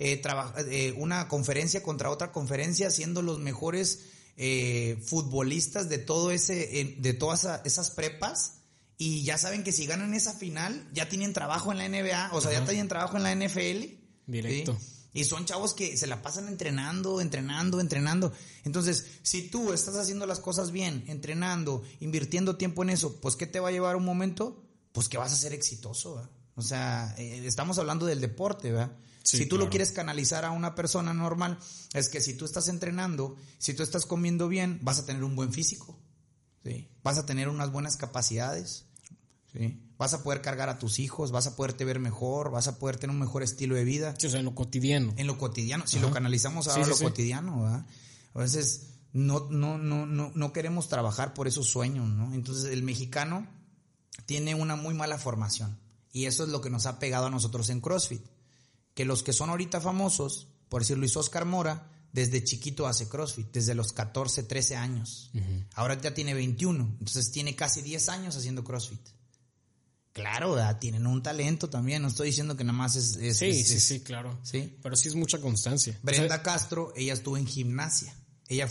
una conferencia contra otra conferencia, siendo los mejores futbolistas de todas esas prepas, y ya saben que si ganan esa final ya tienen trabajo en la NBA, o sea, ya tienen trabajo en la NFL directo, ¿sí? Y son chavos que se la pasan entrenando. Entonces, si tú estás haciendo las cosas bien, entrenando, invirtiendo tiempo en eso, pues ¿qué te va a llevar un momento? pues que vas a ser exitoso, ¿verdad? O sea, estamos hablando del deporte, ¿verdad? Sí, si tú claro. lo quieres canalizar a una persona normal, es que si tú estás entrenando, si tú estás comiendo bien, vas a tener un buen físico, ¿sí? Vas a tener unas buenas capacidades, ¿sí? Vas a poder cargar a tus hijos, vas a poderte ver mejor, vas a poder tener un mejor estilo de vida. Sí, o sea, en lo cotidiano. En lo cotidiano, si Ajá. lo canalizamos ahora Sí, lo sí. cotidiano, ¿verdad? A veces no queremos trabajar por esos sueños, ¿no? Entonces el mexicano tiene una muy mala formación y eso es lo que nos ha pegado a nosotros en CrossFit. Que los que son ahorita famosos, por decir Luis Oscar Mora, desde chiquito hace CrossFit, desde los 14, 13 años. Uh-huh. Ahora ya tiene 21, entonces tiene casi 10 años haciendo CrossFit. Claro, ¿verdad? Tienen un talento también, no estoy diciendo que nada más es sí, claro. ¿Sí? Pero sí es mucha constancia. Brenda Castro, ella estuvo en gimnasia. Ella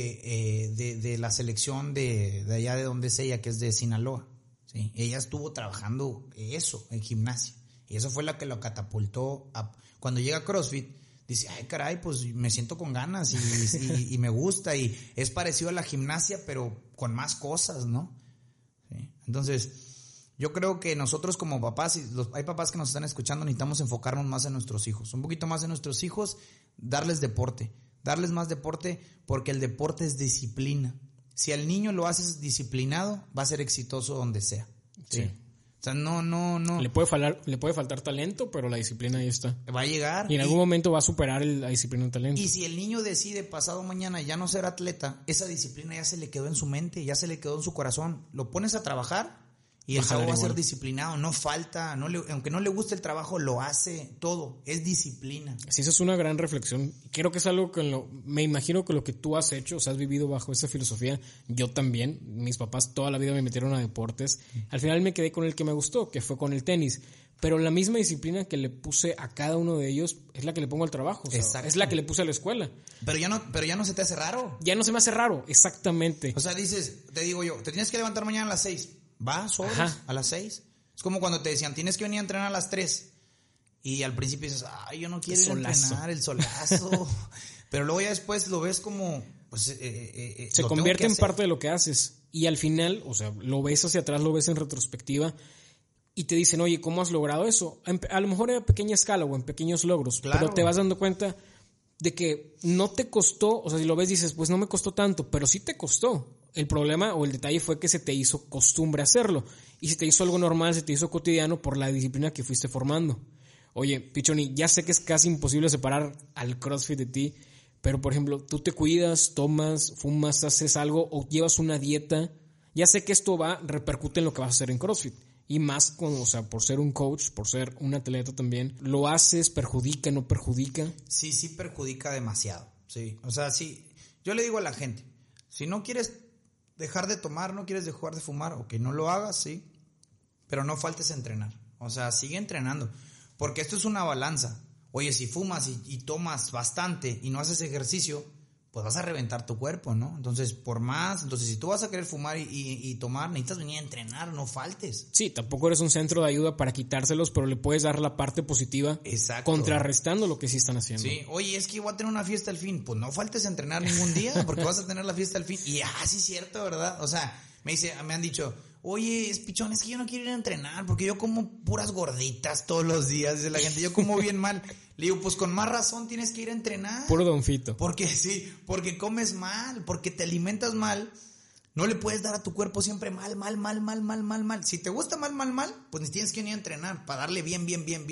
fue de la selección de allá de donde es ella, que es de Sinaloa. ¿Sí? Ella estuvo trabajando eso en gimnasia. Y eso fue lo que lo catapultó cuando llega a CrossFit, dice, ay caray, pues me siento con ganas y me gusta. Y es parecido a la gimnasia, pero con más cosas, ¿no? ¿Sí? Entonces, yo creo que nosotros como papás, hay papás que nos están escuchando, necesitamos enfocarnos más en nuestros hijos. Un poquito más en nuestros hijos, darles deporte. Darles más deporte porque el deporte es disciplina. Si al niño lo haces disciplinado, va a ser exitoso donde sea. ¿Sí? O sea, no. Le puede faltar talento, pero la disciplina ahí está. Va a llegar. Y en algún momento va a superar la disciplina del talento. Y si el niño decide pasado mañana ya no ser atleta, esa disciplina ya se le quedó en su mente, ya se le quedó en su corazón. Lo pones a trabajar y el chavo va a ser disciplinado, no falta, aunque no le guste el trabajo, lo hace todo, es disciplina. Sí, eso es una gran reflexión. Creo que es algo que me imagino que lo que tú has hecho, o sea, has vivido bajo esa filosofía, yo también. Mis papás toda la vida me metieron a deportes. Al final me quedé con el que me gustó, que fue con el tenis. Pero la misma disciplina que le puse a cada uno de ellos es la que le pongo al trabajo. O sea, es la que le puse a la escuela. Pero ya no se te hace raro. Ya no se me hace raro, exactamente. O sea, dices, te digo yo, te tienes que levantar mañana a las 6. Va, sobres, a las 6. Es como cuando te decían, tienes que venir a entrenar a las 3. Y al principio dices, ay, yo no quiero ir a entrenar, el solazo. Pero luego ya después lo ves como, pues, se convierte en parte de lo que haces. Y al final, o sea, lo ves hacia atrás, lo ves en retrospectiva. Y te dicen, oye, ¿cómo has logrado eso? A lo mejor a pequeña escala o en pequeños logros. Claro. Pero te vas dando cuenta de que no te costó. O sea, si lo ves dices, pues no me costó tanto, pero sí te costó. El problema o el detalle fue que se te hizo costumbre hacerlo. Y se te hizo algo normal, se te hizo cotidiano por la disciplina que fuiste formando. Oye, Pichoni, ya sé que es casi imposible separar al CrossFit de ti, pero por ejemplo, tú te cuidas, tomas, fumas, haces algo o llevas una dieta. Ya sé que esto repercute en lo que vas a hacer en CrossFit. Y más, o sea, por ser un coach, por ser un atleta también, ¿lo haces? ¿Perjudica, no perjudica? Sí perjudica demasiado. Sí, o sea, sí. Yo le digo a la gente, si no quieres dejar de tomar, no quieres dejar de fumar, ok, no lo hagas, sí, pero no faltes a entrenar. O sea, sigue entrenando, porque esto es una balanza. Oye, si fumas y tomas bastante y no haces ejercicio, pues vas a reventar tu cuerpo, ¿no? Entonces, si tú vas a querer fumar y tomar, necesitas venir a entrenar, no faltes. Sí, tampoco eres un centro de ayuda para quitárselos, pero le puedes dar la parte positiva. Exacto. Contrarrestando lo que sí están haciendo. Sí, oye, es que voy a tener una fiesta al fin. Pues no faltes a entrenar ningún día, porque vas a tener la fiesta al fin. Y sí es cierto, ¿verdad? O sea, me han dicho, oye, Pichón, es que yo no quiero ir a entrenar, porque yo como puras gorditas todos los días, dice la gente, yo como bien mal. Le digo, pues con más razón tienes que ir a entrenar. Puro Don Fito. Porque comes mal, porque te alimentas mal. No le puedes dar a tu cuerpo siempre mal. Si te gusta mal, pues tienes que ir a entrenar para darle bien.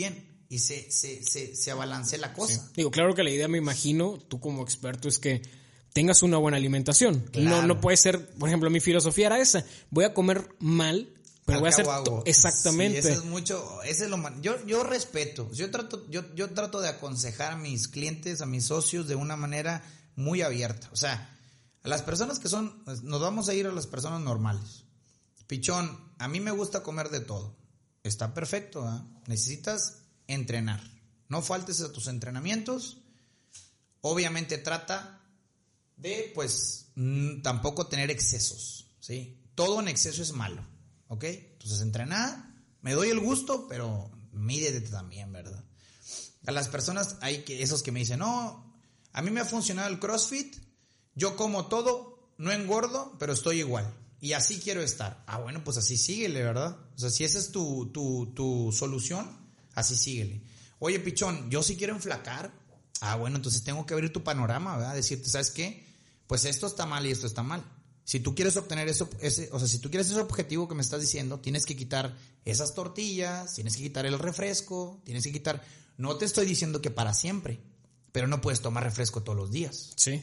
Y se abalancea la cosa. Sí. Digo, claro que la idea, me imagino, tú como experto, es que tengas una buena alimentación. Claro. No puede ser, por ejemplo, mi filosofía era esa. Voy a comer mal, pero voy a hacer exactamente. Sí, eso es mucho, yo respeto, yo trato de aconsejar a mis clientes, a mis socios de una manera muy abierta. O sea, a las personas que nos vamos a ir a las personas normales. Pichón, a mí me gusta comer de todo. Está perfecto, ¿eh? Necesitas entrenar. No faltes a tus entrenamientos. Obviamente trata de, pues, tampoco tener excesos, ¿sí? Todo en exceso es malo. ¿Ok? Entonces entrenar, me doy el gusto, pero mídete también, ¿verdad? A las personas, esos que me dicen, no, a mí me ha funcionado el CrossFit, yo como todo, no engordo, pero estoy igual. y así quiero estar. Ah, bueno, pues así síguele, ¿verdad? O sea, si esa es tu solución, así síguele. Oye, pichón, yo sí quiero enflacar. Ah, bueno, entonces tengo que abrir tu panorama, ¿verdad? Decirte, ¿sabes qué? Pues esto está mal y esto está mal. Si tú quieres obtener eso, si tú quieres ese objetivo que me estás diciendo, tienes que quitar esas tortillas, tienes que quitar el refresco, tienes que quitar... No te estoy diciendo que para siempre, pero no puedes tomar refresco todos los días. Sí.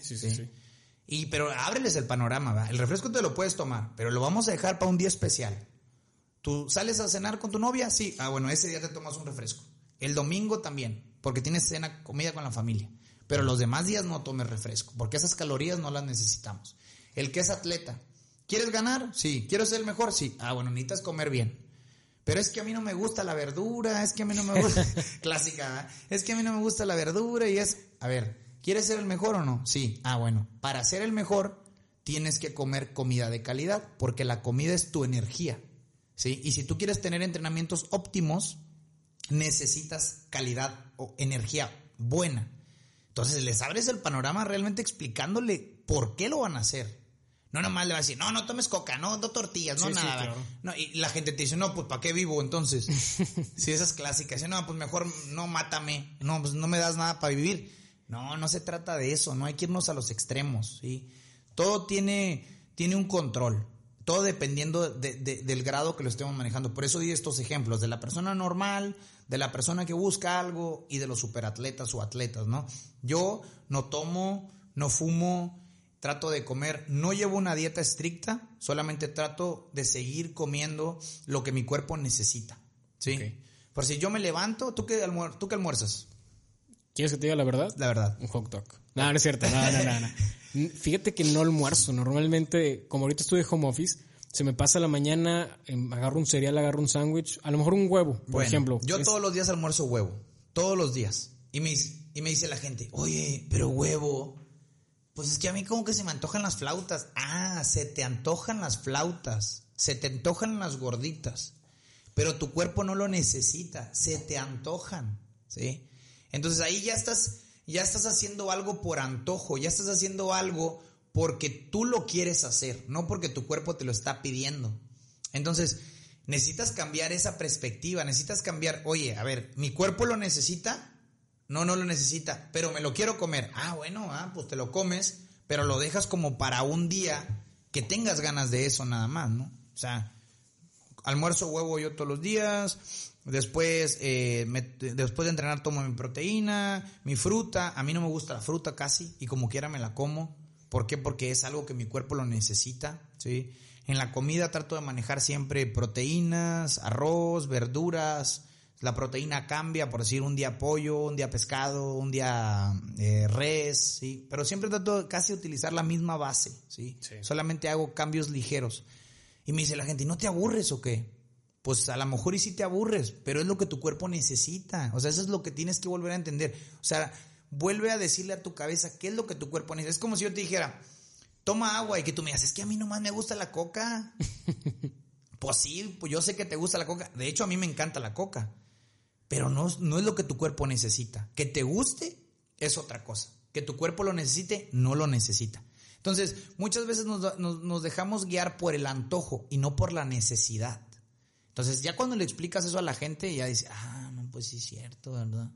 Pero ábreles el panorama, ¿verdad? El refresco te lo puedes tomar, pero lo vamos a dejar para un día especial. ¿Tú sales a cenar con tu novia? Sí. Ah, bueno, ese día te tomas un refresco. El domingo también, porque tienes comida con la familia. Pero los demás días no tomes refresco, porque esas calorías no las necesitamos. El que es atleta, ¿quieres ganar? Sí. ¿Quiero ser el mejor? Sí. Ah, bueno, necesitas comer bien. Pero es que a mí no me gusta la verdura, es que a mí no me gusta... Clásica, ¿eh? Es que a mí no me gusta la verdura y es... A ver, ¿quieres ser el mejor o no? Sí. Ah, bueno, para ser el mejor tienes que comer comida de calidad, porque la comida es tu energía, ¿sí? Y si tú quieres tener entrenamientos óptimos, necesitas calidad o energía buena. Entonces les abres el panorama realmente explicándole por qué lo van a hacer. No nomás le vas a decir, no tomes coca, no tortillas, no nada. Sí, claro. No, y la gente te dice, no, pues ¿para qué vivo entonces? Si esas clásicas, dice, no, pues mejor no mátame, no, pues no me das nada para vivir. No se trata de eso, no hay que irnos a los extremos, ¿sí? Todo tiene un control, todo dependiendo del grado que lo estemos manejando. Por eso di estos ejemplos, de la persona normal, de la persona que busca algo y de los superatletas o atletas, ¿no? Yo no tomo, no fumo, trato de comer, no llevo una dieta estricta, solamente trato de seguir comiendo lo que mi cuerpo necesita, ¿sí? Okay. Por si yo me levanto, ¿tú qué almuerzas? ¿Quieres que te diga la verdad? La verdad. Un hot dog. No es cierto, no. Fíjate que no almuerzo, normalmente, como ahorita estoy de home office, se me pasa la mañana, agarro un cereal, agarro un sándwich, a lo mejor un huevo, por ejemplo. Yo todos los días almuerzo huevo, todos los días. Y me dice la gente, oye, pero huevo... Pues es que a mí como que se me antojan las flautas. Ah, se te antojan las flautas. Se te antojan las gorditas. Pero tu cuerpo no lo necesita. Se te antojan, ¿sí? Entonces ahí ya estás haciendo algo por antojo. Ya estás haciendo algo porque tú lo quieres hacer. No porque tu cuerpo te lo está pidiendo. Entonces necesitas cambiar esa perspectiva. Necesitas cambiar, oye, a ver, ¿mi cuerpo lo necesita? No lo necesita, pero me lo quiero comer. Ah, bueno, pues te lo comes, pero lo dejas como para un día que tengas ganas de eso nada más, ¿no? O sea, almuerzo huevo yo todos los días, después de entrenar tomo mi proteína, mi fruta. A mí no me gusta la fruta casi y como quiera me la como. ¿Por qué? Porque es algo que mi cuerpo lo necesita, ¿sí? En la comida trato de manejar siempre proteínas, arroz, verduras. La proteína cambia, por decir, un día pollo, un día pescado, un día res, ¿sí? Pero siempre trato de casi utilizar la misma base, ¿sí? Solamente hago cambios ligeros. Y me dice la gente, ¿no te aburres o qué? Pues a lo mejor y sí te aburres, pero es lo que tu cuerpo necesita. O sea, eso es lo que tienes que volver a entender. O sea, vuelve a decirle a tu cabeza qué es lo que tu cuerpo necesita. Es como si yo te dijera, toma agua, y que tú me digas, es que a mí nomás me gusta la coca. Pues sí, pues yo sé que te gusta la coca. De hecho, a mí me encanta la coca. Pero no es lo que tu cuerpo necesita. Que te guste es otra cosa. Que tu cuerpo lo necesite, no lo necesita. Entonces, muchas veces nos dejamos guiar por el antojo y no por la necesidad. Entonces, ya cuando le explicas eso a la gente, ya dice, no, pues sí es cierto, ¿verdad?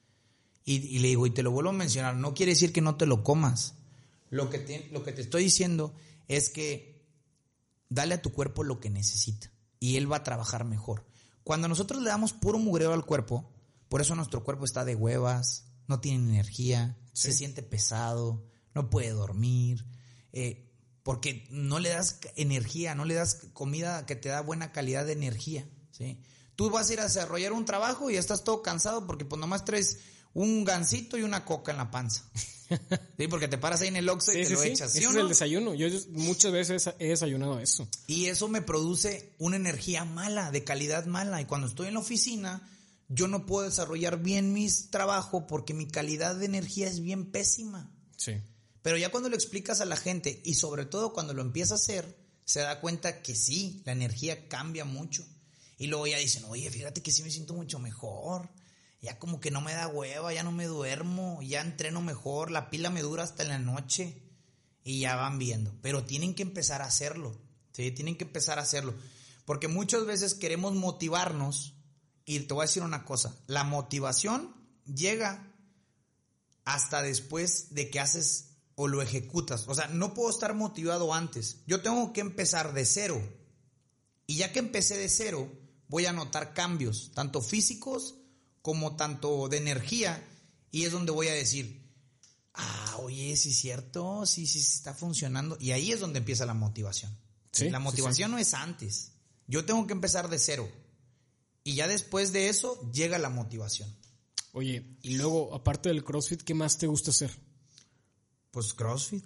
Y le digo, y te lo vuelvo a mencionar, no quiere decir que no te lo comas. Lo que te estoy diciendo es que dale a tu cuerpo lo que necesita y él va a trabajar mejor. Cuando nosotros le damos puro mugreo al cuerpo, por eso nuestro cuerpo está de huevas, no tiene energía, se siente pesado, no puede dormir, porque no le das energía, no le das comida que te da buena calidad de energía, ¿sí? Tú vas a ir a desarrollar un trabajo y ya estás todo cansado porque pues nomás traes un gansito y una coca en la panza. Sí, porque te paras ahí en el Oxxo y te lo echas. ¿Sí? Ese es el desayuno. Yo muchas veces he desayunado eso. Y eso me produce una energía mala, de calidad mala. Y cuando estoy en la oficina, yo no puedo desarrollar bien mi trabajo porque mi calidad de energía es bien pésima. Sí. Pero ya cuando lo explicas a la gente y sobre todo cuando lo empieza a hacer, se da cuenta que sí, la energía cambia mucho. Y luego ya dicen, oye, fíjate que sí me siento mucho mejor. Ya como que no me da hueva, ya no me duermo, ya entreno mejor, la pila me dura hasta en la noche y ya van viendo. Pero tienen que empezar a hacerlo, Sí, tienen que empezar a hacerlo. Porque muchas veces queremos motivarnos y te voy a decir una cosa, la motivación llega hasta después de que haces o lo ejecutas. O sea, no puedo estar motivado antes. Yo tengo que empezar de cero. Y ya que empecé de cero, voy a notar cambios, tanto físicos como tanto de energía. Y es donde voy a decir, oye, sí es cierto, sí está funcionando. Y ahí es donde empieza la motivación. Sí, la motivación no es antes. Yo tengo que empezar de cero. Y ya después de eso llega la motivación. Oye, y luego, aparte del CrossFit, ¿qué más te gusta hacer? Pues CrossFit.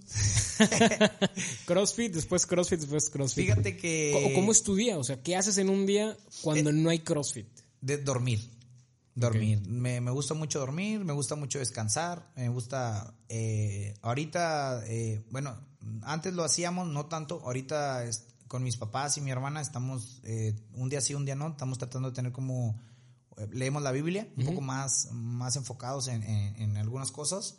CrossFit, después CrossFit, después CrossFit. Fíjate que... ¿Cómo es tu día? O sea, ¿qué haces en un día cuando no hay CrossFit? De dormir. Okay. Me gusta mucho dormir, me gusta mucho descansar, me gusta... ahorita, bueno, antes lo hacíamos, no tanto. Ahorita con mis papás y mi hermana estamos un día sí, un día no. Estamos tratando de tener como... leemos la Biblia, un poco más enfocados en algunas cosas.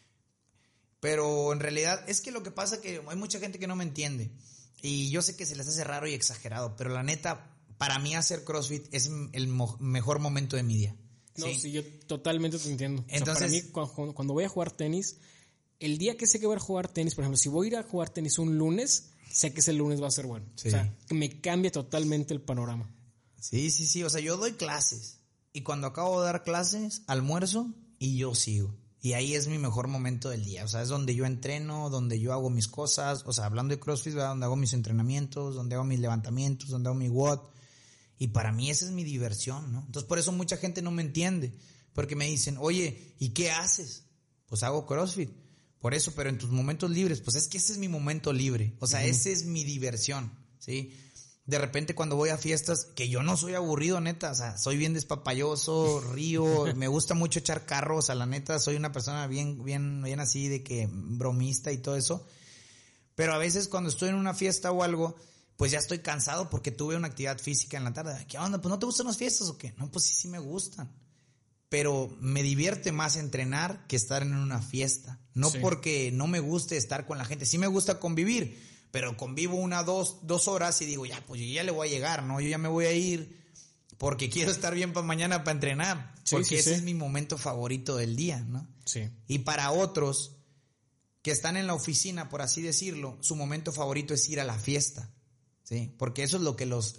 Pero en realidad es que lo que pasa es que hay mucha gente que no me entiende. Y yo sé que se les hace raro y exagerado, pero la neta, para mí hacer CrossFit es el mejor momento de mi día. No, sí, yo totalmente te entiendo. Entonces, o sea, para mí, cuando voy a jugar tenis, el día que sé que voy a jugar tenis, por ejemplo, si voy a ir a jugar tenis un lunes, sé que ese lunes va a ser bueno. Sí. O sea, que me cambia totalmente el panorama. Sí. O sea, yo doy clases. Y cuando acabo de dar clases, almuerzo y yo sigo. Y ahí es mi mejor momento del día. O sea, es donde yo entreno, donde yo hago mis cosas. O sea, hablando de CrossFit, ¿verdad? Donde hago mis entrenamientos, donde hago mis levantamientos, donde hago mi WOD. Y para mí esa es mi diversión, ¿no? Entonces, por eso mucha gente no me entiende. Porque me dicen, oye, ¿y qué haces? Pues hago CrossFit. Por eso, pero en tus momentos libres, pues es que ese es mi momento libre. O sea, ese es mi diversión, ¿sí? De repente cuando voy a fiestas, que yo no soy aburrido, neta, o sea, soy bien despapayoso, río, me gusta mucho echar carro, o sea, la neta, soy una persona bien así de que bromista y todo eso. Pero a veces cuando estoy en una fiesta o algo, pues ya estoy cansado porque tuve una actividad física en la tarde. ¿Qué onda? ¿Pues no te gustan las fiestas o qué? No, pues sí me gustan. Pero me divierte más entrenar que estar en una fiesta. No porque no me guste estar con la gente. Sí me gusta convivir, pero convivo 2 horas y digo, ya, pues yo ya le voy a llegar, ¿no? Yo ya me voy a ir porque quiero estar bien para mañana para entrenar. Porque ese es mi momento favorito del día, ¿no? Sí. Y para otros que están en la oficina, por así decirlo, su momento favorito es ir a la fiesta. Sí, porque eso es lo que les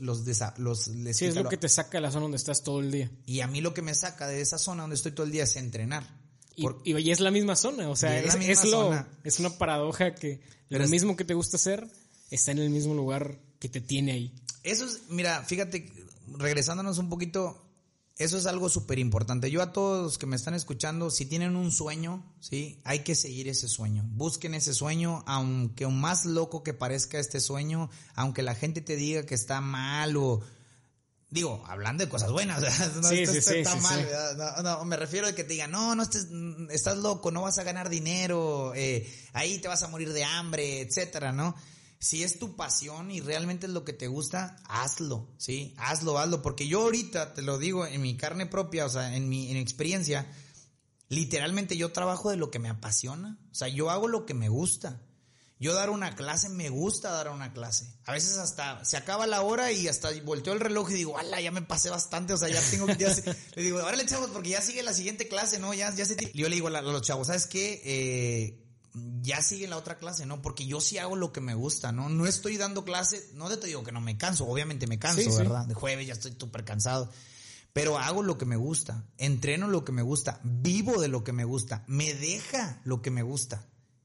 sí, es lo que te saca de la zona donde estás todo el día. Y a mí lo que me saca de esa zona donde estoy todo el día es entrenar. Y es la misma zona, o sea, es una paradoja que lo mismo que te gusta hacer está en el mismo lugar que te tiene ahí. Eso es, mira, fíjate, regresándonos un poquito, eso es algo súper importante. Yo a todos los que me están escuchando, si tienen un sueño, ¿sí? Hay que seguir ese sueño. Busquen ese sueño, aunque más loco que parezca este sueño, aunque la gente te diga que está mal o... Digo, hablando de cosas buenas, no está mal, ¿verdad? No, me refiero a que te digan, no estás loco, no vas a ganar dinero, ahí te vas a morir de hambre, etcétera, ¿no? Si es tu pasión y realmente es lo que te gusta, hazlo, ¿sí? Hazlo, porque yo ahorita, te lo digo en mi carne propia, o sea, en mi experiencia, literalmente yo trabajo de lo que me apasiona, o sea, yo hago lo que me gusta. Yo dar una clase, me gusta dar una clase. A veces hasta se acaba la hora y hasta volteo el reloj y digo, ¡ala! Ya me pasé bastante, o sea, ya tengo que... Le digo, órale, chavos, porque ya sigue la siguiente clase, ¿no? Yo le digo a los chavos, ¿sabes qué? Ya sigue la otra clase, ¿no? Porque yo sí hago lo que me gusta, ¿no? No estoy dando clase, no te digo que no me canso, obviamente me canso, ¿verdad? De jueves ya estoy súper cansado. Pero hago lo que me gusta, entreno lo que me gusta, vivo de lo que me gusta, me deja lo que me gusta.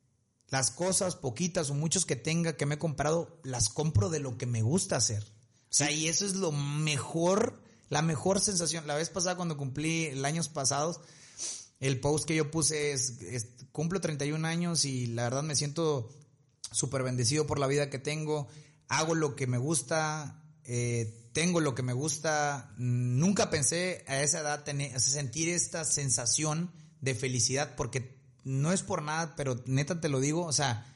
Las cosas, poquitas o muchos que tenga, que me he comprado, las compro de lo que me gusta hacer. O sea, y eso es lo mejor, la mejor sensación. La vez pasada cuando cumplí el años pasados, el post que yo puse es cumplo 31 años y la verdad me siento súper bendecido por la vida que tengo. Hago lo que me gusta, tengo lo que me gusta. Nunca pensé a esa edad sentir esta sensación de felicidad porque... No es por nada, pero neta te lo digo, o sea,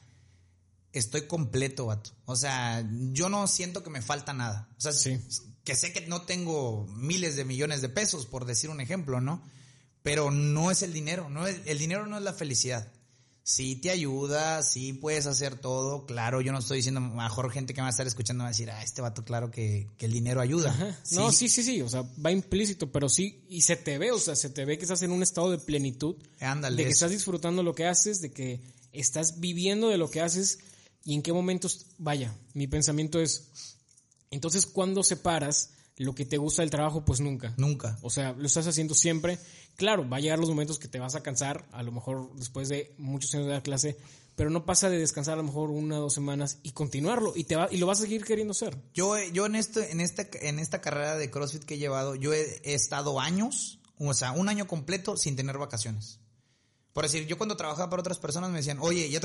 estoy completo, vato. O sea, yo no siento que me falta nada. O sea, que sé que no tengo miles de millones de pesos, por decir un ejemplo, ¿no? Pero no es el dinero, el dinero no es la felicidad. sí te ayuda, sí puedes hacer todo. Claro, yo no estoy diciendo, mejor gente que me va a estar escuchando va a decir, este vato, claro que el dinero ayuda. Ajá. No, sí, o sea, va implícito, pero sí, y se te ve, o sea, se te ve que estás en un estado de plenitud. Ándale, de que eso. estás disfrutando lo que haces, de que estás viviendo de lo que haces y en qué momentos, vaya, mi pensamiento es, entonces, ¿cuándo separas lo que te gusta del trabajo? Pues nunca. Nunca. O sea, lo estás haciendo siempre. Claro, va a llegar los momentos que te vas a cansar, a lo mejor después de muchos años de dar clase, pero no pasa de descansar a lo mejor 1 o 2 semanas y continuarlo y lo vas a seguir queriendo hacer. Yo en esta carrera de CrossFit que he llevado, yo he estado años, o sea, 1 año completo sin tener vacaciones. Por decir, yo cuando trabajaba para otras personas me decían, oye, ya te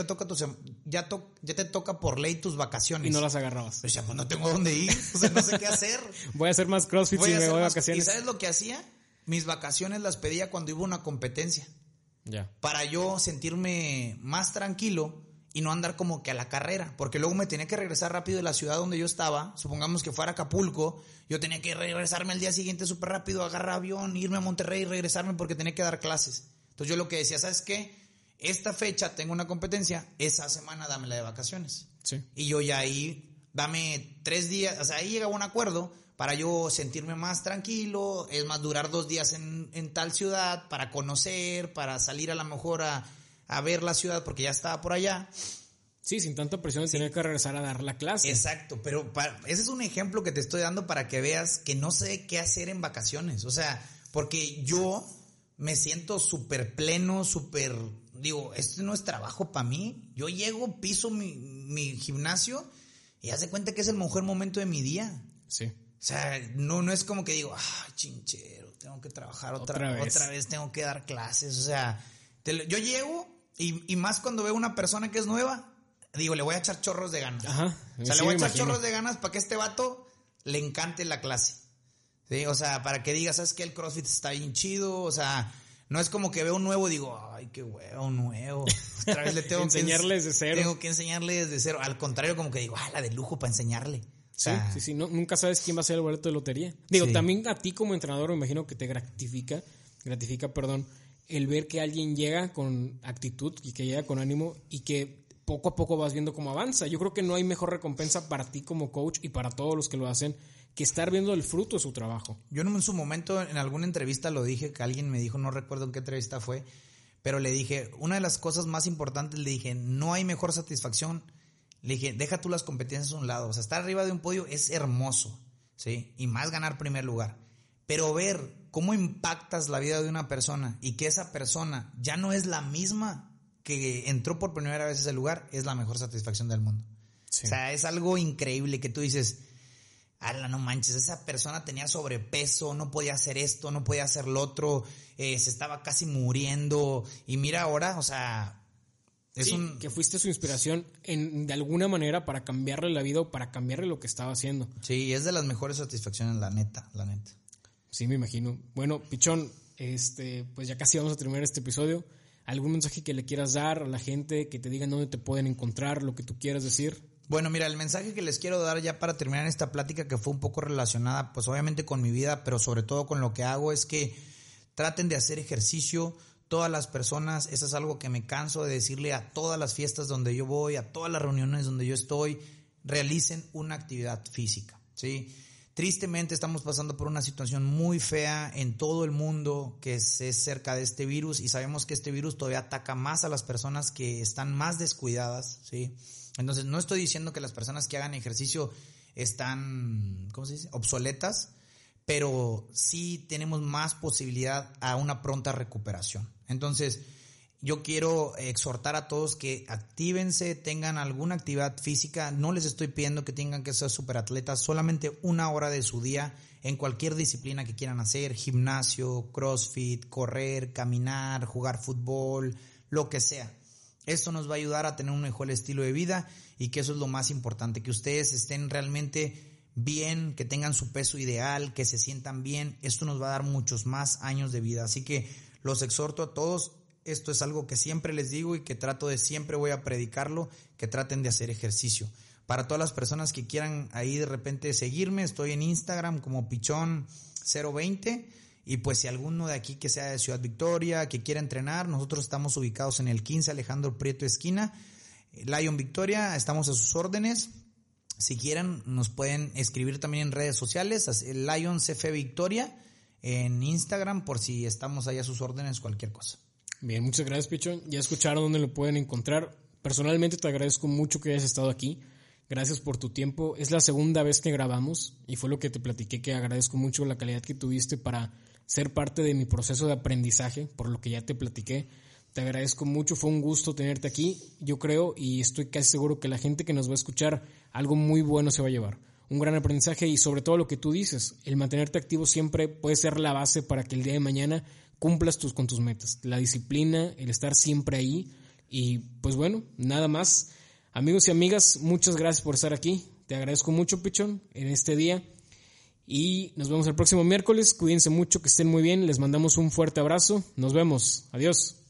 toca por ley tus vacaciones. Y no las agarrabas. Pues ya, pues no tengo dónde ir, o sea, no sé qué hacer. Voy a hacer más CrossFit si me voy de vacaciones. ¿Y sabes lo que hacía? Mis vacaciones las pedía cuando iba a una competencia. Ya. Para yo sentirme más tranquilo y no andar como que a la carrera. Porque luego me tenía que regresar rápido de la ciudad donde yo estaba. Supongamos que fuera Acapulco. Yo tenía que regresarme al día siguiente súper rápido, agarrar avión, irme a Monterrey y regresarme porque tenía que dar clases. Entonces yo lo que decía, ¿sabes qué? Esta fecha tengo una competencia, esa semana dámela de vacaciones. Sí. Y yo ya ahí, dame 3 días, o sea, ahí llegaba un acuerdo para yo sentirme más tranquilo, es más, durar 2 días en tal ciudad, para conocer, para salir a lo mejor a ver la ciudad, porque ya estaba por allá. Sí, sin tanta presión de tener que regresar a dar la clase. Exacto, pero ese es un ejemplo que te estoy dando para que veas que no sé qué hacer en vacaciones, o sea, porque yo me siento súper pleno, digo, esto no es trabajo para mí. Yo llego, piso mi gimnasio y haz de cuenta que es el mejor momento de mi día. Sí. O sea, no es como que digo, chinchero, tengo que trabajar otra vez tengo que dar clases. O sea, yo llego y más cuando veo una persona que es nueva, digo, le voy a echar chorros de ganas. Ajá. O sea, sí, le voy a echar chorros de ganas para que este vato le encante la clase. ¿Sí? O sea, para que digas, ¿sabes qué? El CrossFit está bien chido. O sea, no es como que veo un nuevo y digo, ay, qué huevo, un nuevo. Otra vez le tengo enseñarle desde cero. Tengo que enseñarle desde cero. Al contrario, como que digo, la de lujo para enseñarle. O sea, sí. No, nunca sabes quién va a ser el boleto de lotería. Digo, sí. También a ti como entrenador me imagino que te gratifica, el ver que alguien llega con actitud y que llega con ánimo y que poco a poco vas viendo cómo avanza. Yo creo que no hay mejor recompensa para ti como coach y para todos los que lo hacen que estar viendo el fruto de su trabajo. Yo en su momento en alguna entrevista lo dije, que alguien me dijo, no recuerdo en qué entrevista fue, pero le dije, una de las cosas más importantes, le dije, no hay mejor satisfacción. Le dije, deja tú las competencias a un lado. O sea, estar arriba de un podio es hermoso, ¿sí? Y más ganar primer lugar. Pero ver cómo impactas la vida de una persona y que esa persona ya no es la misma que entró por primera vez a ese lugar, es la mejor satisfacción del mundo. Sí. O sea, es algo increíble que tú dices, no manches, esa persona tenía sobrepeso, no podía hacer esto, no podía hacer lo otro, se estaba casi muriendo y mira ahora, o sea, que fuiste su inspiración de alguna manera para cambiarle la vida o para cambiarle lo que estaba haciendo. Sí, es de las mejores satisfacciones, la neta. Sí, me imagino. Bueno, Pichón, pues ya casi vamos a terminar este episodio. ¿Algún mensaje que le quieras dar a la gente, que te digan dónde te pueden encontrar, lo que tú quieras decir? Bueno, mira, el mensaje que les quiero dar ya para terminar esta plática, que fue un poco relacionada, pues obviamente con mi vida, pero sobre todo con lo que hago, es que traten de hacer ejercicio. Todas las personas, eso es algo que me canso de decirle a todas las fiestas donde yo voy, a todas las reuniones donde yo estoy, realicen una actividad física, ¿sí? Tristemente estamos pasando por una situación muy fea en todo el mundo que es cerca de este virus, y sabemos que este virus todavía ataca más a las personas que están más descuidadas, ¿sí? Entonces no estoy diciendo que las personas que hagan ejercicio están, ¿cómo se dice?, obsoletas, pero sí tenemos más posibilidad a una pronta recuperación. Entonces yo quiero exhortar a todos que actívense, tengan alguna actividad física. No les estoy pidiendo que tengan que ser superatletas, solamente 1 hora de su día en cualquier disciplina que quieran hacer, gimnasio, CrossFit, correr, caminar, jugar fútbol, lo que sea. Esto nos va a ayudar a tener un mejor estilo de vida, y que eso es lo más importante, que ustedes estén realmente bien, que tengan su peso ideal, que se sientan bien. Esto nos va a dar muchos más años de vida. Así que los exhorto a todos. Esto es algo que siempre les digo y que trato de, siempre voy a predicarlo, que traten de hacer ejercicio. Para todas las personas que quieran ahí de repente seguirme, estoy en Instagram como Pichón020 Y pues si alguno de aquí que sea de Ciudad Victoria, que quiera entrenar, nosotros estamos ubicados en el 15 Alejandro Prieto esquina, Lion Victoria, estamos a sus órdenes. Si quieren, nos pueden escribir también en redes sociales, Lion CF Victoria, en Instagram, por si estamos ahí a sus órdenes, cualquier cosa. Bien, muchas gracias, Pichón. Ya escucharon dónde lo pueden encontrar. Personalmente te agradezco mucho que hayas estado aquí. Gracias por tu tiempo. Es la segunda vez que grabamos y fue lo que te platiqué, que agradezco mucho la calidad que tuviste para ser parte de mi proceso de aprendizaje, por lo que ya te platiqué. Te agradezco mucho, fue un gusto tenerte aquí. Yo creo y estoy casi seguro que la gente que nos va a escuchar, algo muy bueno se va a llevar. Un gran aprendizaje y sobre todo lo que tú dices, el mantenerte activo siempre puede ser la base para que el día de mañana cumplas con tus metas. La disciplina, el estar siempre ahí y pues bueno, nada más. Amigos y amigas, muchas gracias por estar aquí. Te agradezco mucho, Pichón, en este día. Y nos vemos el próximo miércoles. Cuídense mucho, que estén muy bien. Les mandamos un fuerte abrazo. Nos vemos. Adiós.